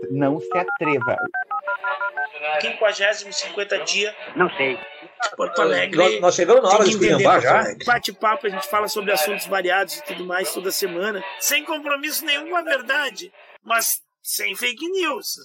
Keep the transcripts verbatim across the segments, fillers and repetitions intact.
Não se atreva. quinquagésimo, cinquenta dia. Não sei. Porto Alegre. Nós, nós chegamos na hora de esculhambar já. Bate-papo, a gente fala sobre assuntos variados e tudo mais toda semana. Sem compromisso nenhum com a verdade, mas sem fake news.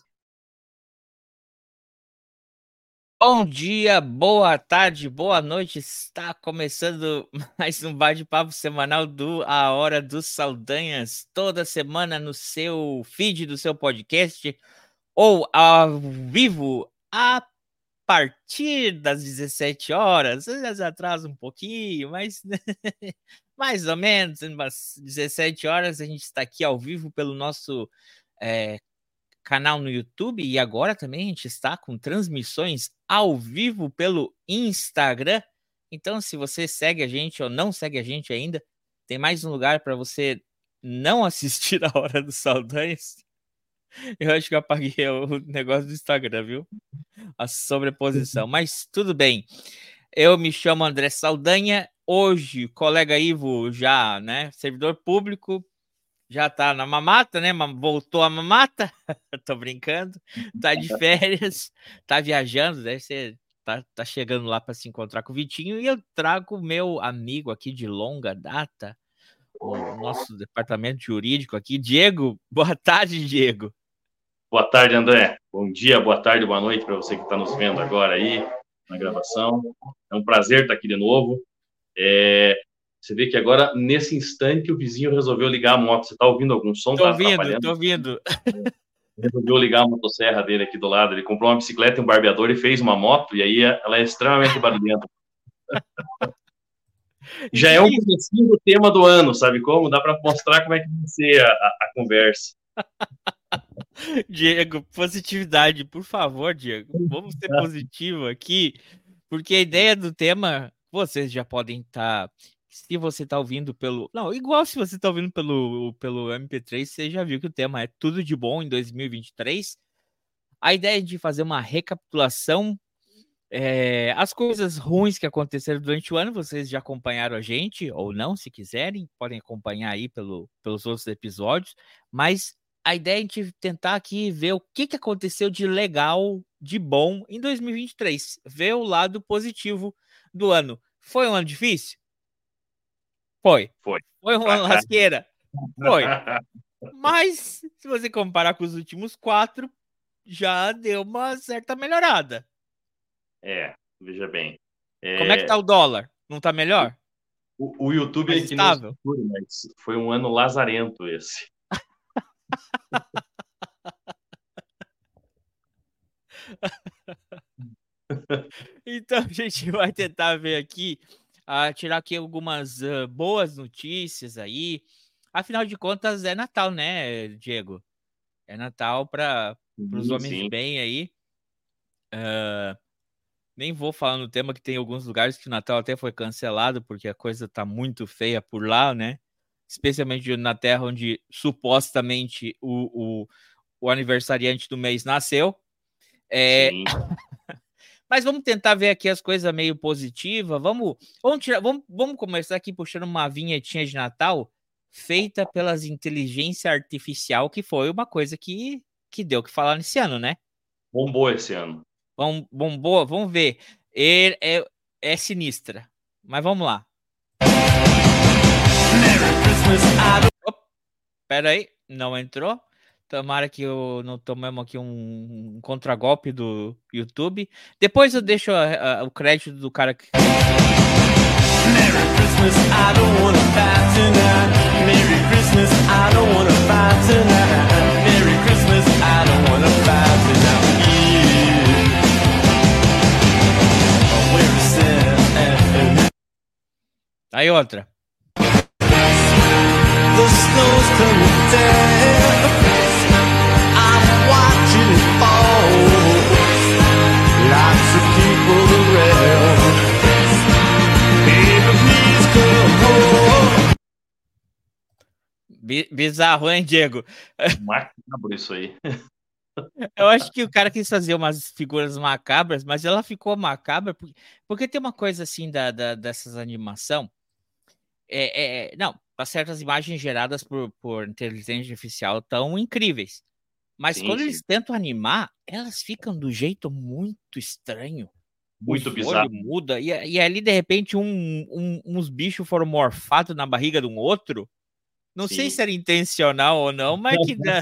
Bom dia, boa tarde, boa noite. Está começando mais um bate-papo semanal do A Hora dos Saldanhas. Toda semana no seu feed do seu podcast ou ao vivo a partir das dezessete horas. Já atrasa um pouquinho, mas mais ou menos umas dezessete horas a gente está aqui ao vivo pelo nosso é, canal no YouTube, e agora também a gente está com transmissões ao vivo pelo Instagram. Então, se você segue a gente ou não segue a gente ainda, tem mais um lugar para você não assistir a Hora dos Saldanhas. Eu acho que eu apaguei o negócio do Instagram, viu? A sobreposição. Mas tudo bem. Eu me chamo André Saldanha. Hoje, colega Ivo já, né, servidor público, já tá na mamata, né? Voltou a mamata. Tô brincando. Tá de férias, tá viajando, deve ser, tá, tá chegando lá para se encontrar com o Vitinho. E eu trago o meu amigo aqui de longa data, o nosso departamento jurídico aqui, Diego. Boa tarde, Diego. Boa tarde, André. Bom dia, boa tarde, boa noite para você que está nos vendo agora aí na gravação. É um prazer estar aqui de novo. É... Você vê que agora, nesse instante, o vizinho resolveu ligar a moto. Você está ouvindo algum som? Tô tá ouvindo, tô ouvindo. Resolveu ligar a motosserra dele aqui do lado. Ele comprou uma bicicleta e um barbeador e fez uma moto, e aí ela é extremamente barulhenta. Já é um comecinho do tema do ano, sabe como? Dá para mostrar como é que vai ser a, a, a conversa. Diego, positividade, por favor, Diego. Vamos ser positivo aqui, porque a ideia do tema, vocês já podem estar... Tá... Se você tá ouvindo pelo... Não, igual se você tá ouvindo pelo, pelo M P três, você já viu que o tema é tudo de bom em dois mil e vinte e três. A ideia é de fazer uma recapitulação. É, as coisas ruins que aconteceram durante o ano, vocês já acompanharam a gente, ou não, se quiserem, podem acompanhar aí pelo, pelos outros episódios. Mas a ideia é a gente tentar aqui ver o que, que aconteceu de legal, de bom em dois mil e vinte e três. Ver o lado positivo do ano. Foi um ano difícil? Foi. Foi. Foi uma lasqueira? Foi. Mas, se você comparar com os últimos quatro, já deu uma certa melhorada. É, veja bem. É... Como é que tá o dólar? Não tá melhor? O, o YouTube mais aqui estável? não se mas foi um ano lazarento esse. Então, a gente vai tentar ver aqui, uh, tirar aqui algumas uh, boas notícias aí. Afinal de contas, é Natal, né, Diego? É Natal para os homens sim. de bem aí. Uh, nem vou falar no tema que tem alguns lugares que o Natal até foi cancelado, porque a coisa tá muito feia por lá, né? Especialmente na terra onde supostamente o, o, o aniversariante do mês nasceu. É... Mas vamos tentar ver aqui as coisas meio positivas. Vamos, vamos, tirar, vamos, vamos começar aqui puxando uma vinhetinha de Natal feita pelas inteligência artificial, que foi uma coisa que, que deu o que falar nesse ano, né? Bombou esse ano. Bom, bombou, vamos ver. É, é, é sinistra. Mas vamos lá. Opa, pera aí, não entrou. Tomara que eu não tomemos aqui um, um contragolpe do YouTube. Depois eu deixo a, a, o crédito do cara que... Merry Christmas, I don't wanna fight tonight. Merry Christmas, I don't wanna fight tonight. Merry Christmas, I don't wanna fight tonight. Yeah. Aí outra. The snow's coming down. I'm watching it fall. Lots of people around. Baby, please come home. Bizarro, hein, Diego? Macabro isso aí. Eu acho que o cara quis fazer umas figuras macabras, mas ela ficou macabra porque, porque tem uma coisa assim da, da, dessas animação. É, é, não, certas imagens geradas por, por inteligência artificial tão incríveis. Mas Sim, quando sim. eles tentam animar, elas ficam do jeito muito estranho. Muito Os bizarro. olhos mudam, e, e ali, de repente, um, um- uns bichos foram morfados na barriga de um outro. Não sei Sim. se era intencional ou não, mas que dá.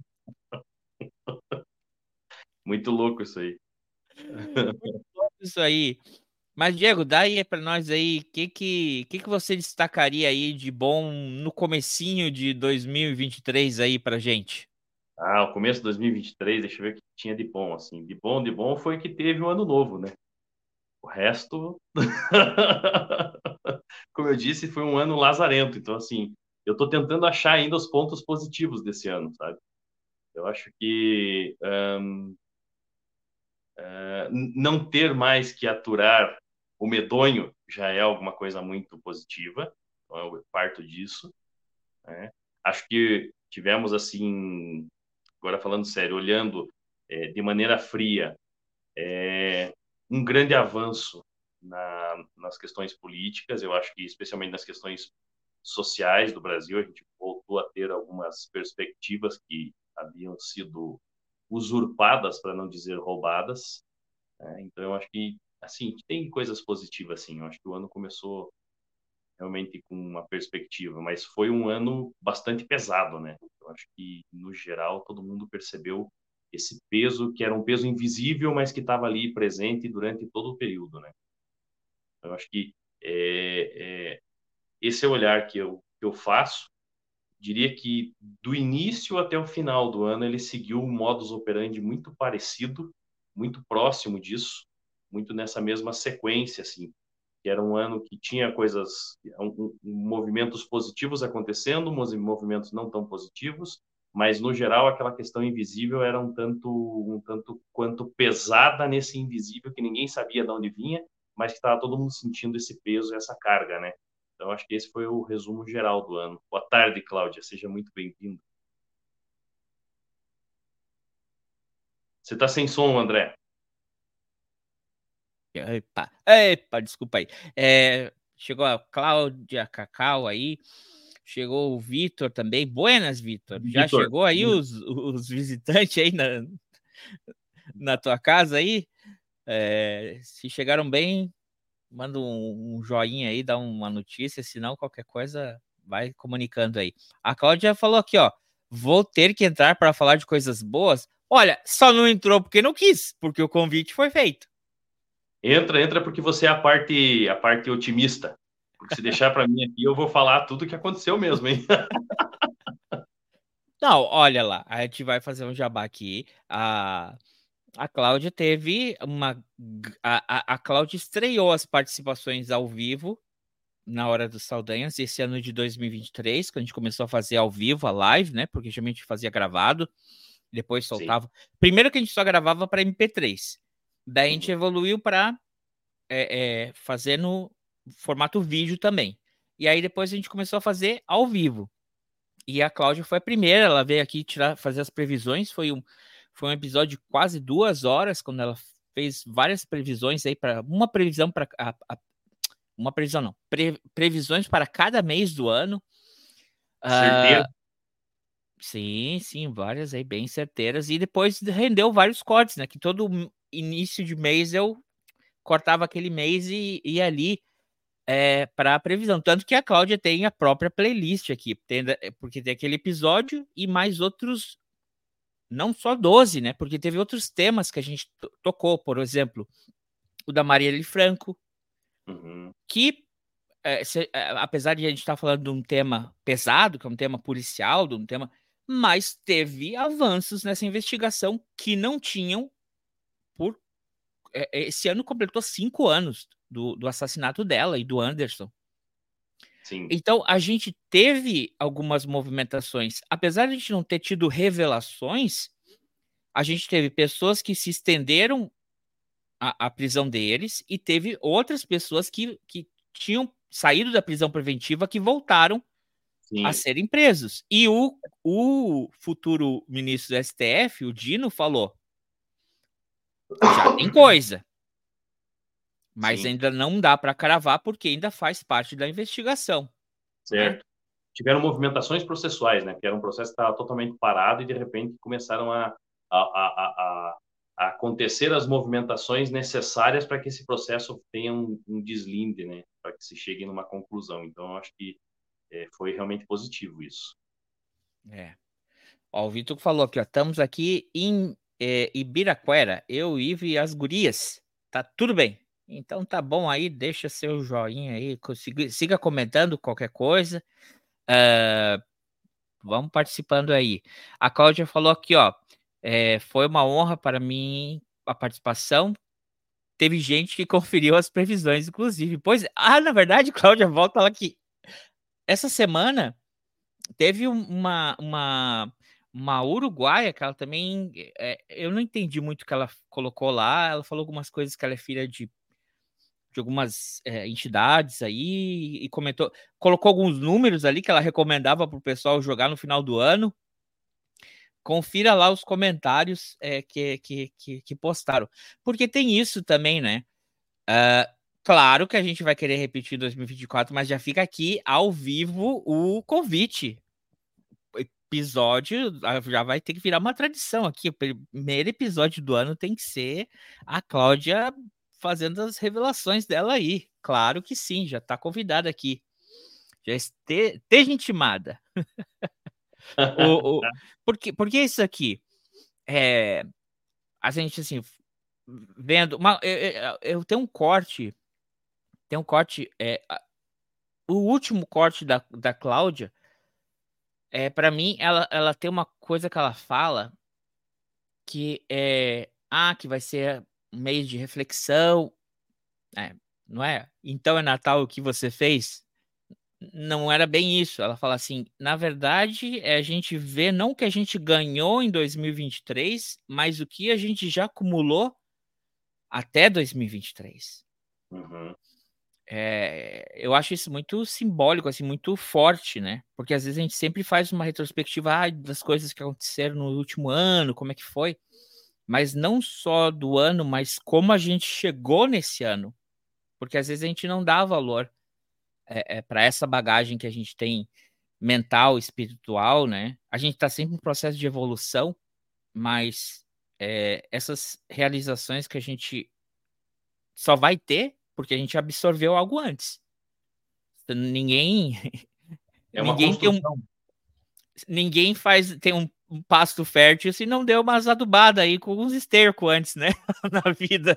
Muito louco isso aí. Isso aí. Mas, Diego, dá aí pra nós aí, o que, que, que, que você destacaria aí de bom no comecinho de dois mil e vinte e três aí pra gente? Ah, o começo de dois mil e vinte e três, deixa eu ver o que tinha de bom, assim. De bom, de bom foi que teve o ano novo, né? O resto, como eu disse, foi um ano lazarento. Então, assim, eu tô tentando achar ainda os pontos positivos desse ano, sabe? Eu acho que hum, é, não ter mais que aturar o medonho já é alguma coisa muito positiva. Então, eu parto disso, né? Acho que tivemos, assim, agora falando sério, olhando é, de maneira fria, é, um grande avanço na, nas questões políticas. Eu acho que, especialmente nas questões sociais do Brasil, a gente voltou a ter algumas perspectivas que haviam sido usurpadas, para não dizer roubadas, né? Então, eu acho que, assim, tem coisas positivas, assim. Eu acho que o ano começou realmente com uma perspectiva, mas foi um ano bastante pesado, né? Eu acho que, no geral, todo mundo percebeu esse peso, que era um peso invisível, mas que estava ali presente durante todo o período, né? Eu acho que é, é, esse é o olhar que eu, que eu faço. Diria que, do início até o final do ano, ele seguiu um modus operandi muito parecido, muito próximo disso, muito nessa mesma sequência, assim, que era um ano que tinha coisas, um, um, movimentos positivos acontecendo, movimentos não tão positivos, mas, no geral, aquela questão invisível era um tanto, um tanto quanto pesada nesse invisível, que ninguém sabia de onde vinha, mas que estava todo mundo sentindo esse peso, essa carga, né? Então, acho que esse foi o resumo geral do ano. Boa tarde, Cláudia. Seja muito bem-vindo. Você está sem som, André. Epa, epa, desculpa aí. É, chegou a Cláudia Cacau aí. Chegou o Vitor também. Buenas, Vitor. Já Vitor. chegou aí os, os visitantes aí na, na tua casa aí? É, se chegaram bem, manda um, um joinha aí, dá uma notícia, senão qualquer coisa vai comunicando aí. A Cláudia falou aqui, ó, vou ter que entrar para falar de coisas boas. Olha, só não entrou porque não quis, porque o convite foi feito. Entra, entra porque você é a parte, a parte otimista. Porque se deixar para mim aqui, eu vou falar tudo o que aconteceu mesmo, hein? Não, olha lá, a gente vai fazer um jabá aqui. A, a Cláudia teve uma. A, a, a Cláudia estreou as participações ao vivo na Hora dos Saldanhas, esse ano de dois mil e vinte e três, quando a gente começou a fazer ao vivo, a live, né? Porque geralmente a gente fazia gravado, depois soltava. Sim. Primeiro que a gente só gravava para M P três, daí a gente uhum. evoluiu para é, é, fazer no formato vídeo também. E aí depois a gente começou a fazer ao vivo. E a Cláudia foi a primeira, ela veio aqui tirar, fazer as previsões. Foi um, foi um episódio de quase duas horas, quando ela fez várias previsões aí para uma previsão para uma previsão não, pre, previsões para cada mês do ano. Certeiro. Uh, sim, sim, várias aí bem certeiras. E depois rendeu vários cortes, né? Que todo início de mês eu cortava aquele mês e ia ali é, para a previsão. Tanto que a Cláudia tem a própria playlist aqui, tem, porque tem aquele episódio e mais outros, não só doze, né? Porque teve outros temas que a gente tocou, por exemplo, o da Marielle Franco, uhum. que, é, se, é, apesar de a gente estar tá falando de um tema pesado, que é um tema policial, de um tema, mas teve avanços nessa investigação que não tinham por... É, esse ano completou cinco anos do, do assassinato dela e do Anderson. Sim. Então, a gente teve algumas movimentações. Apesar de a gente não ter tido revelações, a gente teve pessoas que se estenderam a, a prisão deles e teve outras pessoas que, que tinham saído da prisão preventiva que voltaram Sim. a serem presos. E o, o futuro ministro do S T F, o Dino, falou: já tem coisa. Mas Sim. ainda não dá para cravar porque ainda faz parte da investigação. Certo. Né? tiveram movimentações processuais, né? Que era um processo que estava totalmente parado e de repente começaram a, a, a, a, a acontecer as movimentações necessárias para que esse processo tenha um, um deslinde, né? Para que se chegue numa conclusão. Então, eu acho que é, foi realmente positivo isso. É. Ó, o Vitor falou aqui, ó, estamos aqui em é, Ibiraquera, eu, Ivo e as gurias. Tá tudo bem. Então tá bom aí, deixa seu joinha aí, siga, siga comentando qualquer coisa. Uh, vamos participando aí. A Cláudia falou aqui, ó, é, foi uma honra para mim a participação. Teve gente que conferiu as previsões, inclusive. Pois, ah, na verdade, Cláudia, volta lá que essa semana teve uma, uma, uma uruguaia que ela também, é, eu não entendi muito o que ela colocou lá, ela falou algumas coisas que ela é filha de, de algumas é, entidades aí, e comentou, colocou alguns números ali que ela recomendava para o pessoal jogar no final do ano. Confira lá os comentários é, que, que, que, que postaram, porque tem isso também, né? Uh, claro que a gente vai querer repetir dois mil e vinte e quatro, mas já fica aqui ao vivo o convite. Episódio já vai ter que virar uma tradição aqui. O primeiro episódio do ano tem que ser a Cláudia fazendo as revelações dela aí. Claro que sim, já está convidada aqui. Já este, esteja intimada. o, o, porque, porque isso aqui é a gente assim vendo uma, eu, eu tenho um corte tem um corte é, o último corte da, da Cláudia é, para mim, ela, ela tem uma coisa que ela fala que é, ah, que vai ser um mês de reflexão, é, não é? Então é Natal o que você fez? Não era bem isso. Ela fala assim, na verdade, é a gente vê não o que a gente ganhou em dois mil e vinte e três, mas o que a gente já acumulou até dois mil e vinte e três. Uhum. É, eu acho isso muito simbólico, assim, muito forte, né? Porque às vezes a gente sempre faz uma retrospectiva ah, das coisas que aconteceram no último ano, como é que foi, mas não só do ano, mas como a gente chegou nesse ano, porque às vezes a gente não dá valor é, é, para essa bagagem que a gente tem mental, espiritual, né? A gente está sempre em processo de evolução, mas é, essas realizações que a gente só vai ter porque a gente absorveu algo antes. Ninguém. É uma ninguém tem um, ninguém faz tem um, um pasto fértil se não deu umas adubadas aí com uns esterco antes, né? Na vida.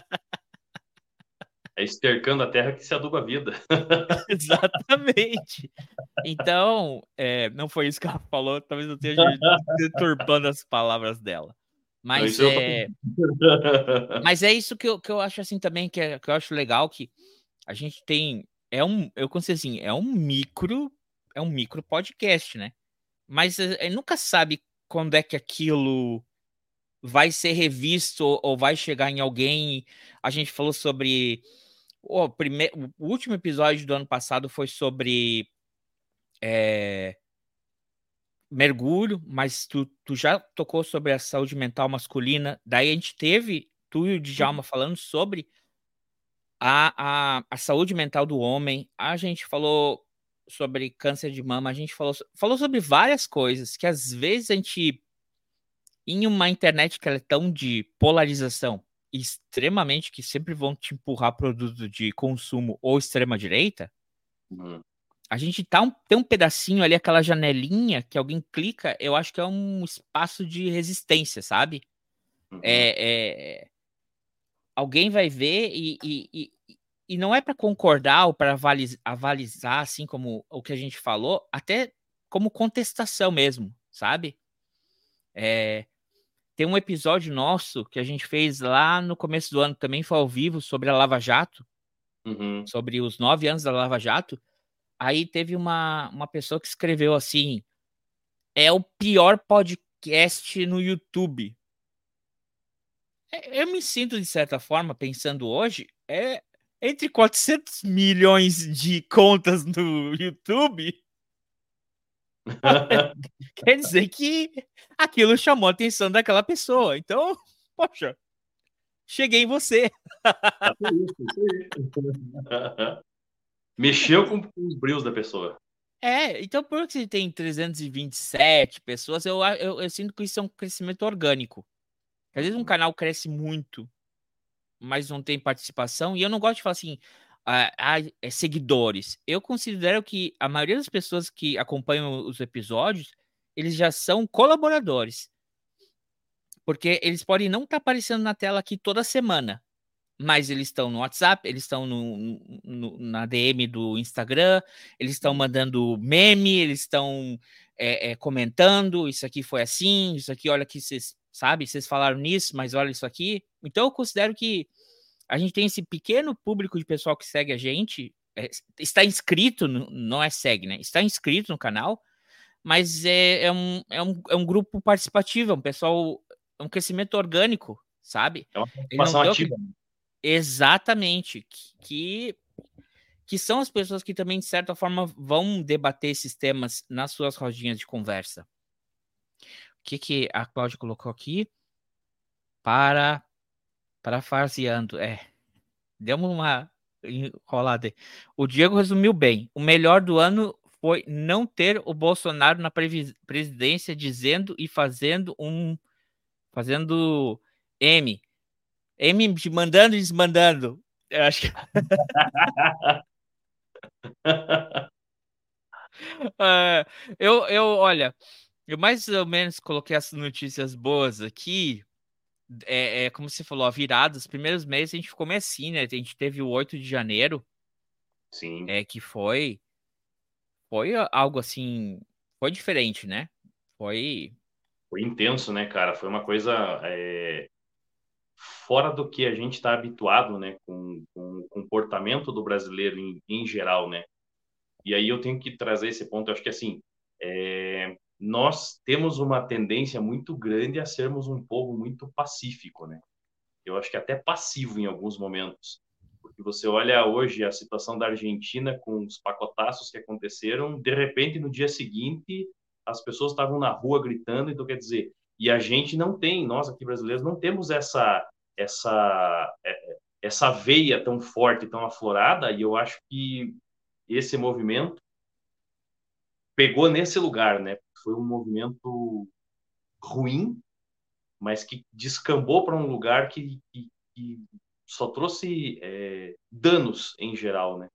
É estercando a terra que se aduba a vida. Exatamente. Então, é, não foi isso que ela falou, talvez eu esteja deturpando as palavras dela. Mas não, é, tô... mas é isso que eu, que eu acho assim também, que, é, que eu acho legal, que a gente tem. É um, eu consigo assim, é um micro, é um micro podcast, né? Mas é, nunca sabe quando é que aquilo vai ser revisto ou, ou vai chegar em alguém. A gente falou sobre o, primeiro, o último episódio do ano passado foi sobre é, mergulho, mas tu, tu já tocou sobre a saúde mental masculina. Daí a gente teve tu e o Djalma falando sobre a, a, a saúde mental do homem. A gente falou sobre câncer de mama, a gente falou, falou sobre várias coisas que às vezes a gente, em uma internet que ela é tão de polarização, extremamente, que sempre vão te empurrar produto de consumo ou extrema-direita, uhum. a gente tá um, tem um pedacinho ali, aquela janelinha que alguém clica, eu acho que é um espaço de resistência, sabe? Uhum. É, é, alguém vai ver e, e, e, e não é para concordar ou para avalizar, avalizar, assim como o que a gente falou, até como contestação mesmo, sabe? É, tem um episódio nosso que a gente fez lá no começo do ano, também foi ao vivo, sobre a Lava Jato, uhum. sobre os nove anos da Lava Jato. Aí teve uma, uma pessoa que escreveu assim, é o pior podcast no YouTube. Eu me sinto, de certa forma, pensando hoje, é entre quatrocentos milhões de contas no YouTube, quer dizer que aquilo chamou a atenção daquela pessoa. Então, poxa, cheguei em você. Mexeu com os brilhos da pessoa. É, então por que você tem trezentos e vinte e sete pessoas? Eu, eu, eu sinto que isso é um crescimento orgânico. Às vezes um canal cresce muito, mas não tem participação. E eu não gosto de falar assim, ah, ah, é seguidores. Eu considero que a maioria das pessoas que acompanham os episódios, eles já são colaboradores. Porque eles podem não estar aparecendo na tela aqui toda semana, mas eles estão no WhatsApp, eles estão no, no- na D M do Instagram, eles estão mandando meme, eles estão é, é, comentando, isso aqui foi assim, isso aqui, olha que vocês, sabe, vocês falaram nisso, mas olha isso aqui. Então eu considero que a gente tem esse pequeno público de pessoal que segue a gente, é, está inscrito, no- não é segue, né? Está inscrito no canal, mas é, é, um, é, um, é um grupo participativo, é um pessoal, é um crescimento orgânico, sabe? É uma Ele não participação deu ativa. exatamente, que, que são as pessoas que também, de certa forma, vão debater esses temas nas suas rodinhas de conversa. O que, que a Cláudia colocou aqui? Para, parafraseando, é, demos uma enrolada aí. O Diego resumiu bem. O melhor do ano foi não ter o Bolsonaro na previ- presidência dizendo e fazendo um, fazendo M. M de mandando e desmandando. Eu acho que Ah, eu, eu, olha, eu mais ou menos coloquei as notícias boas aqui. É, é como você falou, a virada, os primeiros meses a gente ficou meio assim, né? A gente teve o oito de janeiro, Sim, é, que foi, foi algo assim, foi diferente, né? Foi, foi intenso, né, cara? Foi uma coisa é, fora do que a gente está habituado, né, com, com o comportamento do brasileiro em, em geral, né? E aí eu tenho que trazer esse ponto. Eu acho que assim, é, nós temos uma tendência muito grande a sermos um povo muito pacífico, né? Eu acho que até passivo em alguns momentos. Porque você olha hoje a situação da Argentina com os pacotaços que aconteceram, de repente no dia seguinte as pessoas estavam na rua gritando, então quer dizer, e a gente não tem, nós aqui brasileiros não temos essa essa essa veia tão forte, tão aflorada, e eu acho que esse movimento pegou nesse lugar, né? Foi um movimento ruim, mas que descambou para um lugar que, que, que só trouxe é, danos em geral, né?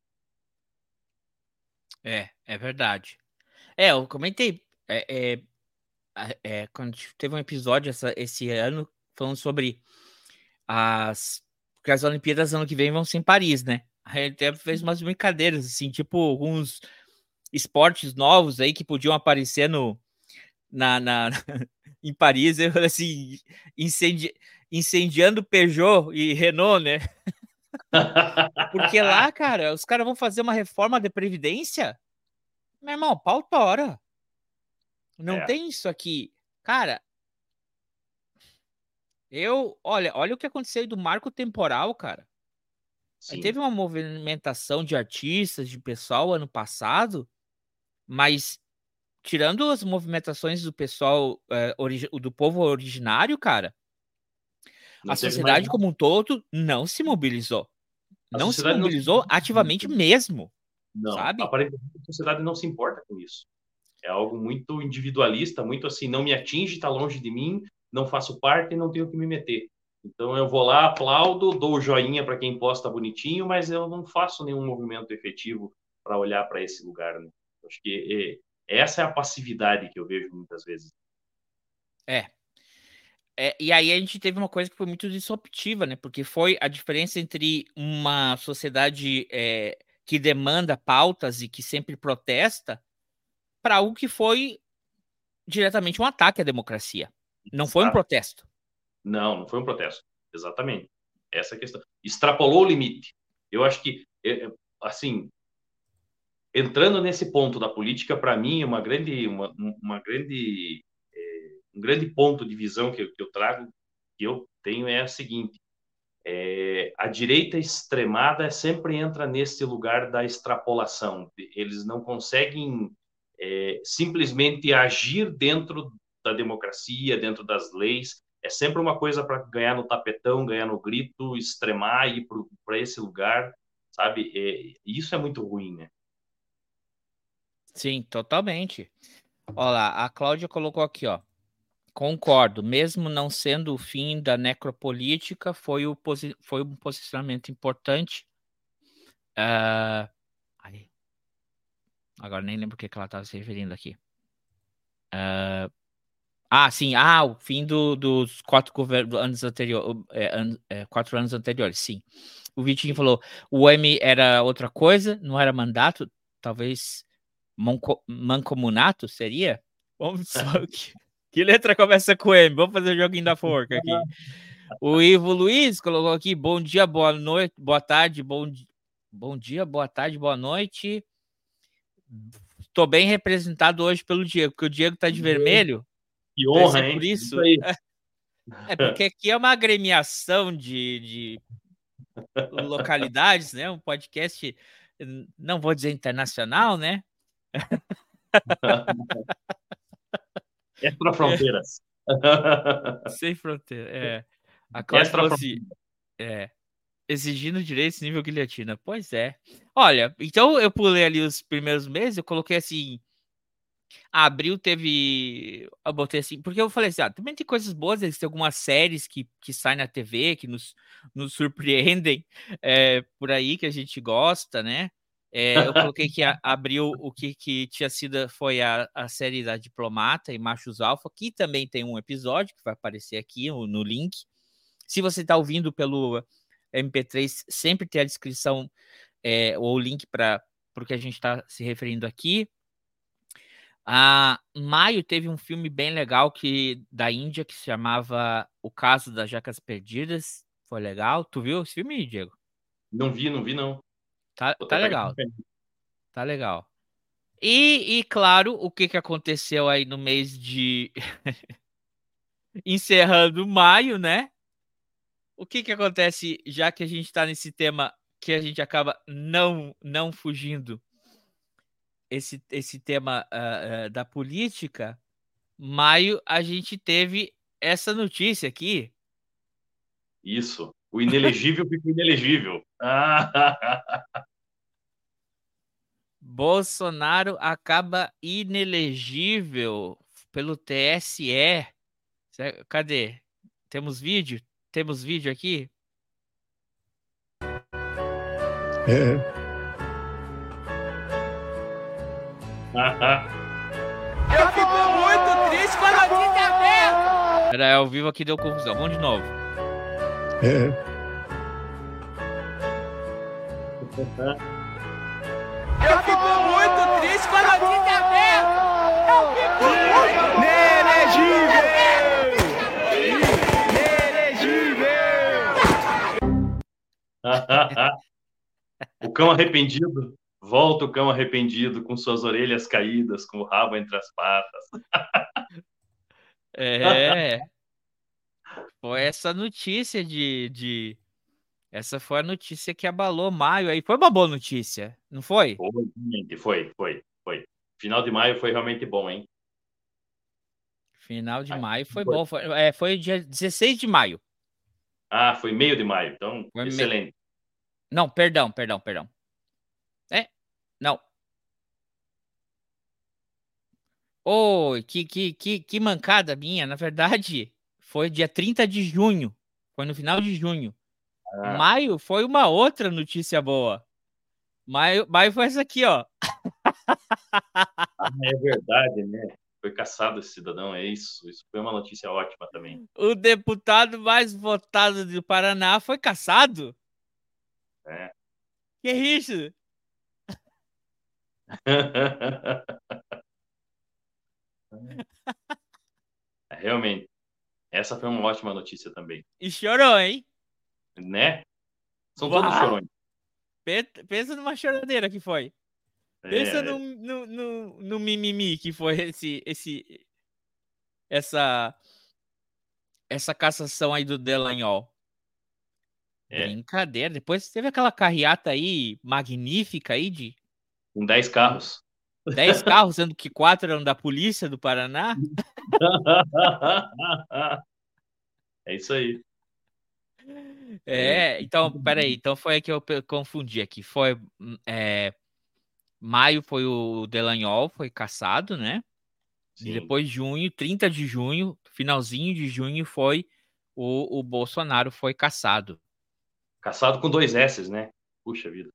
é, é verdade. É, eu comentei, é, é, é, quando teve um episódio essa, esse ano falando sobre as, porque as Olimpíadas ano que vem vão ser em Paris, né? A gente até fez umas brincadeiras, assim, tipo, alguns esportes novos aí que podiam aparecer no, na, na, em Paris, eu falei assim, incendi, incendiando Peugeot e Renault, né? Porque lá, cara, os caras vão fazer uma reforma de previdência? Meu irmão, pau tora. Não É, tem isso aqui. Cara, eu, olha, olha o que aconteceu aí do marco temporal, cara. Aí sim. teve uma movimentação de artistas, de pessoal ano passado, mas tirando as movimentações do pessoal, é, origi- do povo originário, cara, a Não teve mais sociedade nada. como um todo não se mobilizou. A Não se sociedade não se mobilizou importa com ativamente isso. mesmo, Não, sabe? aparentemente a sociedade não se importa com isso. É algo muito individualista, muito assim, não me atinge, está longe de mim, não faço parte e não tenho que me meter. Então eu vou lá, aplaudo, dou o joinha para quem posta bonitinho, mas eu não faço nenhum movimento efetivo para olhar para esse lugar, né? Acho que é, essa é a passividade que eu vejo muitas vezes. É. É, e aí a gente teve uma coisa que foi muito disruptiva, né? Porque foi a diferença entre uma sociedade é, que demanda pautas e que sempre protesta para algo que foi diretamente um ataque à democracia. Não foi um Exato. protesto. Não, não foi um protesto. Exatamente. Essa é a questão. Extrapolou o limite. Eu acho que, assim, entrando nesse ponto da política, para mim, uma grande, uma, uma grande, é, um grande ponto de visão que eu, que eu trago, que eu tenho é a seguinte: é, a direita extremada sempre entra nesse lugar da extrapolação. Eles não conseguem é, simplesmente agir dentro da democracia, dentro das leis. É sempre uma coisa para ganhar no tapetão, ganhar no grito, extremar e ir para esse lugar, sabe? É, isso é muito ruim, né? Sim, totalmente. Olha lá, a Cláudia colocou aqui, ó. Concordo, mesmo não sendo o fim da necropolítica, foi, o posi- foi um posicionamento importante. Ah, ai, agora nem lembro o que que ela estava se referindo aqui. Ah, ah, sim, ah, o fim do- dos quatro gover- anos anteriores, quatro anos anteriores, sim. O Vitinho falou, o M era outra coisa, não era mandato, talvez manco- mancomunato seria? Vamos só, que, que letra começa com M? Vamos fazer o joguinho da forca aqui. O Ivo Luiz colocou aqui, bom dia, boa noite, boa tarde, bom, di- bom dia, boa tarde, boa noite. Tô bem representado hoje pelo Diego, porque o Diego tá de vermelho. Que Deve honra, ser por hein? Isso isso. aí. É porque aqui é uma agremiação de, de localidades, né? Um podcast, não vou dizer internacional, né? Extra É, fronteiras. sem fronteira. É. A Cláudia Extra falou assim: fronteiras. é, exigindo direitos nível guilhotina. Pois é. Olha, então eu pulei ali os primeiros meses, eu coloquei assim. Abril teve. Eu botei assim, porque eu falei assim: ah, também tem coisas boas, existem algumas séries que, que saem na T V, que nos, nos surpreendem é, por aí, que a gente gosta, né? É, eu coloquei que a, abril o que, que tinha sido foi a, a série da Diplomata e Machos Alfa, que também tem um episódio que vai aparecer aqui no, no link. Se você está ouvindo pelo M P três, sempre tem a descrição é, ou o link para o que a gente está se referindo aqui. Ah, maio teve um filme bem legal que da Índia que se chamava O Caso das Jacas Perdidas. Foi legal. Tu viu esse filme, Diego? Não vi, não vi, não. Tá, Vou tá até pegar. legal, tá legal. E, e claro, o que que aconteceu aí no mês de encerrando maio, né? O que que acontece já que a gente tá nesse tema que a gente acaba não não fugindo esse esse tema ah, ah, da política? Maio a gente teve essa notícia aqui. Isso. O inelegível fica inelegível. Ah, Bolsonaro acaba inelegível pelo T S E. Cê- Cadê? Temos vídeo? Temos vídeo aqui? Eu fico muito triste com a notícia dessa. Pera, é ao vivo aqui deu confusão. Vamos de novo. Eu fico muito triste com a notícia dessa. Eu fico muito o cão arrependido. Volta o cão arrependido com suas orelhas caídas, com o rabo entre as patas. É. Foi essa notícia de, de. Essa foi a notícia que abalou maio aí. Foi uma boa notícia, não foi? Foi, gente, foi, foi, foi. Final de maio foi realmente bom, hein? Final de Ah, maio foi foi. bom. Foi, é, foi dia dezesseis de maio. Ah, foi meio de maio, então Foi me- excelente. Não, perdão, perdão, perdão. É, não. Oi, que, que, que, que mancada minha. Na verdade, foi dia trinta de junho. Foi no final de junho. Ah, Maio foi uma outra notícia boa. Maio, maio foi essa aqui, ó. é verdade, né? Foi caçado esse cidadão, é isso. Isso foi uma notícia ótima também. O deputado mais votado do Paraná foi caçado. Né? Que isso? Realmente, essa foi uma ótima notícia também. E chorou, hein? Né? São Vá. todos chorões. Pe- Pensa numa choradeira que foi. Pensa É, no, no, no, no mimimi que foi esse, esse, essa, essa cassação aí do Delanhol. é. Brincadeira. Depois teve aquela carreata aí magnífica aí de Com dez carros. dez carros, sendo que quatro eram da polícia do Paraná. É isso aí. É, então, peraí. Então foi aí que eu pe- confundi aqui. Foi hum, é, Maio foi o Delanhol, foi cassado, né? Sim. Depois junho, trinta de junho, finalzinho de junho, foi o, o Bolsonaro foi cassado. Caçado com dois S's, né? Puxa vida.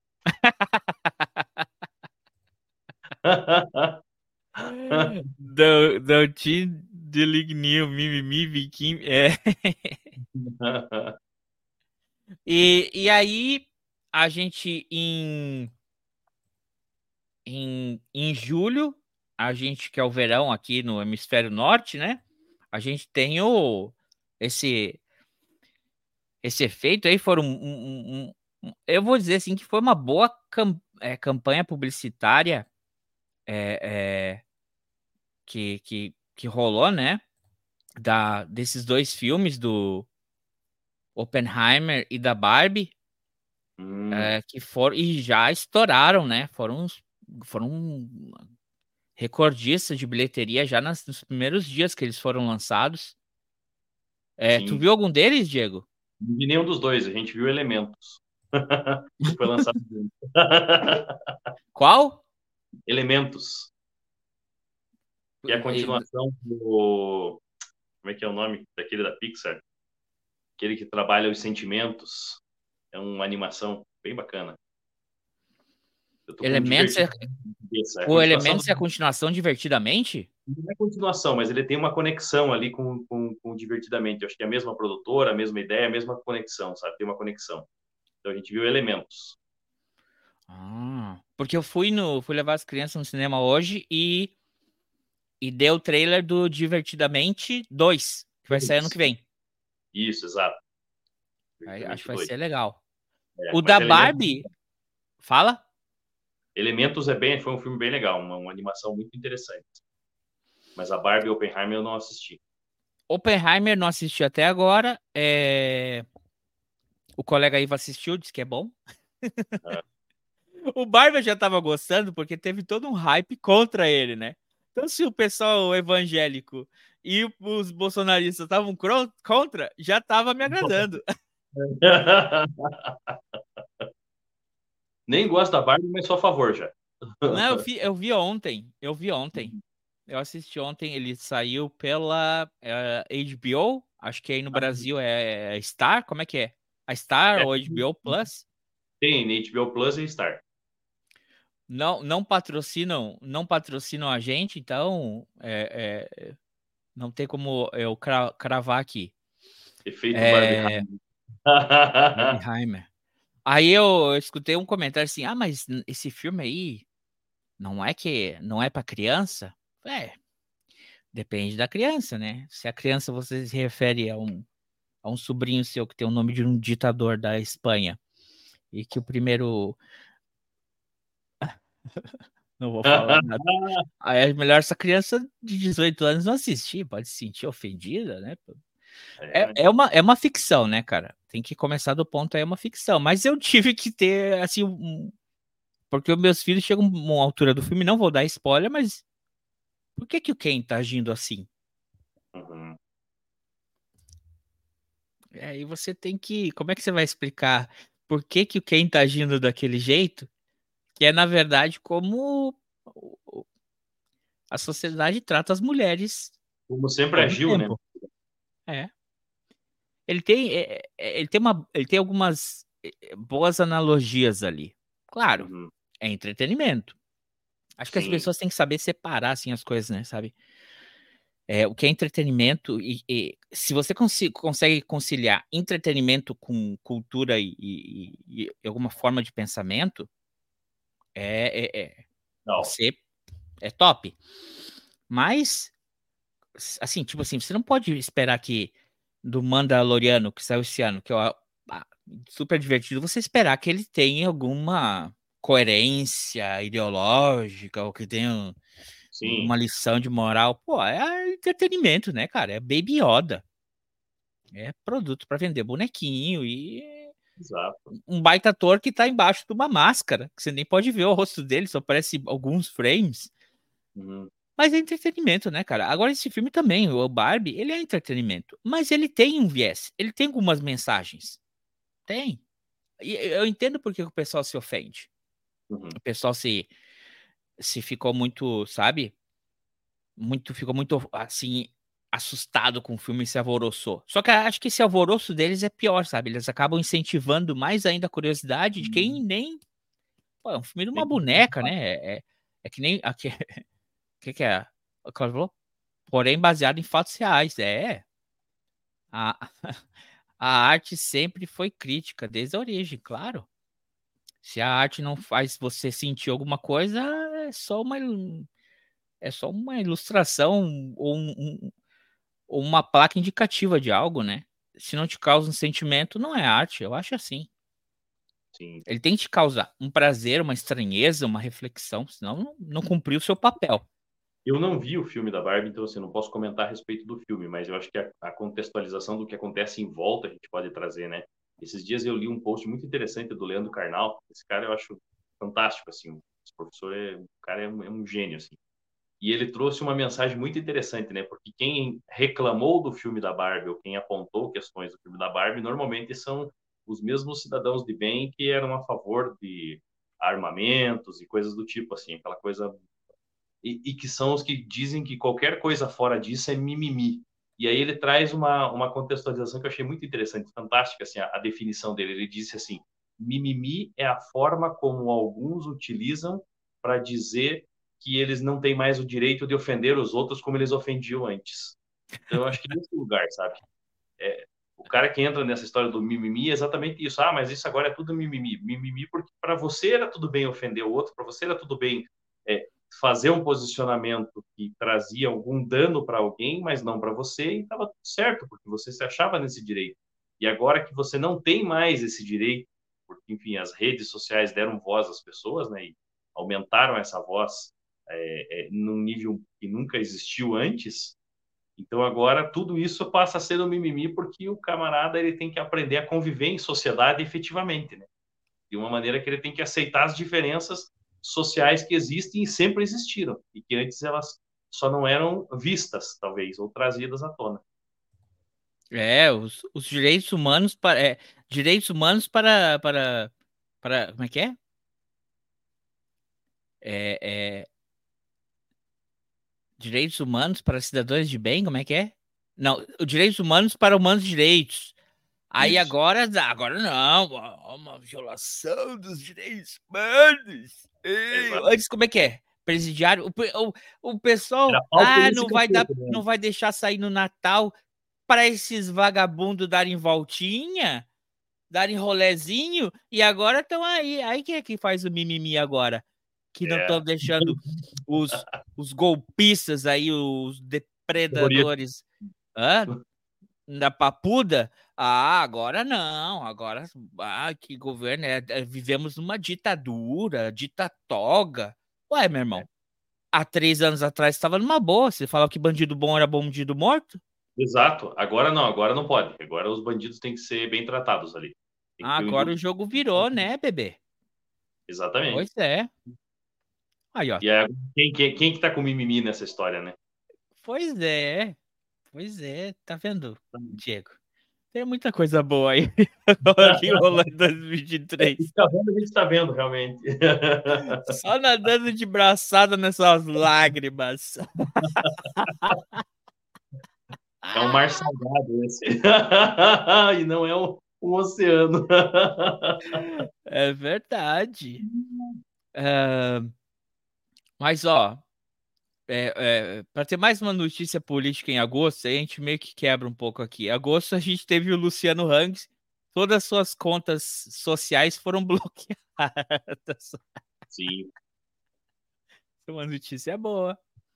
Não, não te deligninho, mimimi, biquim. É. E, e aí, a gente em, em, em julho, a gente que é o verão aqui no hemisfério norte, né? A gente tem o, esse, esse efeito aí, foram um, um- um- um- eu vou dizer assim que foi uma boa cam- é, campanha publicitária é, é, que, que, que rolou, né? Da, desses dois filmes, do Oppenheimer e da Barbie, Hum, é, que foram e já estouraram, né? Foram, uns- foram recordistas de bilheteria já nas- nos primeiros dias que eles foram lançados. É, tu sim. viu algum deles, Diego? Não vi nenhum dos dois, a gente viu Elementos. Que foi lançado junto. Qual? Elementos, que é a E- continuação do. Como é que é o nome daquele da Pixar? Aquele que trabalha os sentimentos. É uma animação bem bacana. Eu tô com um Elementos é, divertido na cabeça. É a o continuação do. Elementos é a continuação Divertidamente? Não é continuação, mas ele tem uma conexão ali com, com, com o Divertidamente. Eu acho que é a mesma produtora, a mesma ideia, a mesma conexão, sabe? Tem uma conexão. Então a gente viu Elementos. Ah, porque eu fui no, fui levar as crianças no cinema hoje e e deu o trailer do Divertidamente dois, que vai sair ano que vem. Isso, exato. Aí, acho Divertidamente que vai dois. ser legal. É, O mas da Elementos, Barbie, fala? Elementos é bem, foi um filme bem legal, uma, uma animação muito interessante. Mas a Barbie e Oppenheimer eu não assisti. Oppenheimer não assisti até agora. É... O colega Iva assistiu, disse que é bom. Ah. O Barbie eu já tava gostando porque teve todo um hype contra ele, né? Então, se o pessoal evangélico e os bolsonaristas estavam cro- contra, já tava me agradando. Nem gosto da Barbie, mas sou a favor já. Não, eu vi, eu vi ontem. Eu vi ontem. Eu assisti ontem. Ele saiu pela eh, H B O. Acho que aí no Brasil é, é Star. Como é que é? A Star É, ou H B O Plus? tem H B O Plus e Star. Não, não patrocinam, não patrocinam a gente, então é, é, não tem como eu cra- cravar aqui. Efeito Barbie. É, Barbenheimer. Aí eu escutei um comentário assim: ah, mas esse filme aí não é que não é para criança? É, depende da criança, né? Se a criança você se refere a um, a um sobrinho seu que tem o nome de um ditador da Espanha e que o primeiro. Não vou falar nada. Aí é melhor essa criança de dezoito anos não assistir, pode se sentir ofendida, né? É, É, né? é, uma, é uma ficção, né, cara? Tem que começar do ponto, é uma ficção. Mas eu tive que ter, assim, um. Porque os meus filhos chegam a uma altura do filme, não vou dar spoiler, mas por que que o Ken tá agindo assim? Uhum. E aí você tem que. Como é que você vai explicar por que que o Ken tá agindo daquele jeito? Que é, na verdade, como o- o- a sociedade trata as mulheres Como sempre todo o agiu, né? tempo. É. Ele tem, é, é, ele tem uma, ele tem algumas é, boas analogias ali. Claro, Uhum. é entretenimento. Acho que as Sim. pessoas têm que saber separar assim as coisas, né, sabe? É, o que é entretenimento e, e se você consi- consegue conciliar entretenimento com cultura e, e- e- e alguma forma de pensamento, é, é, é- Não. você é top. Mas, assim, tipo assim, você não pode esperar que do Mandaloriano que saiu esse ano, que é ó, ah, super divertido, você esperar que ele tenha alguma coerência ideológica ou que tenha Sim, uma lição de moral. Pô, é entretenimento, né, cara? É Baby Yoda. É produto para vender bonequinho e exato. um baita ator que tá embaixo de uma máscara, que você nem pode ver o rosto dele, só aparece alguns frames. Uhum. Mas é entretenimento, né, cara? Agora, esse filme também, o Barbie, ele é entretenimento. Mas ele tem um viés. Ele tem algumas mensagens. Tem. E eu entendo por que o pessoal se ofende. Uhum. O pessoal se, se ficou muito, sabe? Muito, ficou muito, assim, assustado com o filme e se alvoroçou. Só que eu acho que esse alvoroço deles é pior, sabe? Eles acabam incentivando mais ainda a curiosidade de quem nem... Pô, é um filme de uma boneca, né? É, é, é que nem... O que, que é? O que ela falou? Porém, baseado em fatos reais. É. A, a arte sempre foi crítica, desde a origem, claro. Se a arte não faz você sentir alguma coisa, é só uma, é só uma ilustração ou um, um- ou uma placa indicativa de algo, né? Se não te causa um sentimento, não é arte. Eu acho assim. Sim. Ele tem que te causar um prazer, uma estranheza, uma reflexão, senão não, não cumpriu o seu papel. Eu não vi o filme da Barbie, então assim, não posso comentar a respeito do filme, mas eu acho que a, a contextualização do que acontece em volta a gente pode trazer, né? Esses dias eu li um post muito interessante do Leandro Carnal. Esse cara eu acho fantástico, assim. Esse professor é, o cara é um, é um gênio, assim. E ele trouxe uma mensagem muito interessante, né? Porque quem reclamou do filme da Barbie ou quem apontou questões do filme da Barbie, normalmente são os mesmos cidadãos de bem que eram a favor de armamentos e coisas do tipo, assim, aquela coisa e, e que são os que dizem que qualquer coisa fora disso é mimimi. E aí ele traz uma, uma contextualização que eu achei muito interessante, fantástica, assim, a, a definição dele. Ele disse assim, mimimi é a forma como alguns utilizam para dizer que eles não têm mais o direito de ofender os outros como eles ofendiam antes. Então eu acho que nesse lugar, sabe? É, o cara que entra nessa história do mimimi é exatamente isso. Ah, mas isso agora é tudo mimimi. Mimimi porque para você era tudo bem ofender o outro, para você era tudo bem é, fazer um posicionamento que trazia algum dano para alguém, mas não para você, e estava tudo certo, porque você se achava nesse direito. E agora que você não tem mais esse direito, porque, enfim, as redes sociais deram voz às pessoas, né, e aumentaram essa voz é, é, num nível que nunca existiu antes, então agora tudo isso passa a ser um mimimi porque o camarada ele tem que aprender a conviver em sociedade efetivamente, né? De uma maneira que ele tem que aceitar as diferenças sociais que existem e sempre existiram e que antes elas só não eram vistas, talvez, ou trazidas à tona. É, os, os direitos humanos para é, direitos humanos para para para como é que é? É, é direitos humanos para cidadãos de bem, como é que é? Não, os direitos humanos para humanos de direitos. Aí Isso. agora, agora não, ó, uma violação dos direitos humanos. Ei, Exato. antes como é que é? Presidiário, o, pe- o, o pessoal, Era pau ah, polícia não e vai dar, capeta, né? não vai deixar sair no Natal para esses vagabundos darem voltinha, darem rolezinho, e agora estão aí. Aí quem é que faz o mimimi agora? Que não estão É, deixando os, os golpistas aí, os terrorista. depredadores, hã? Da papuda? Ah, agora não, agora, ah, que governo, é, é, vivemos numa ditadura, ditatoga. Ué, meu irmão, há três anos atrás estava numa boa, você falava que bandido bom era bandido morto? Exato. Agora não, agora não pode. Agora os bandidos têm que ser bem tratados ali. Tem que Ah, ter um agora o indulto. jogo virou, né, bebê? Exatamente. Pois é. Aí, ó, E é, quem, quem, quem que tá com mimimi nessa história, né? pois é, pois é, tá vendo, Diego? Tem muita coisa boa aí aqui rolando em dois mil e vinte e três. Tá vendo, a gente tá vendo, realmente. Só nadando de braçada nessas lágrimas. É um mar salgado esse. E não é um, um oceano. É verdade. É, mas, ó, é, é, para ter mais uma notícia política em agosto, aí a gente meio que quebra um pouco aqui. Em agosto a gente teve o Luciano Hang, todas as suas contas sociais foram bloqueadas. Sim. Uma notícia boa.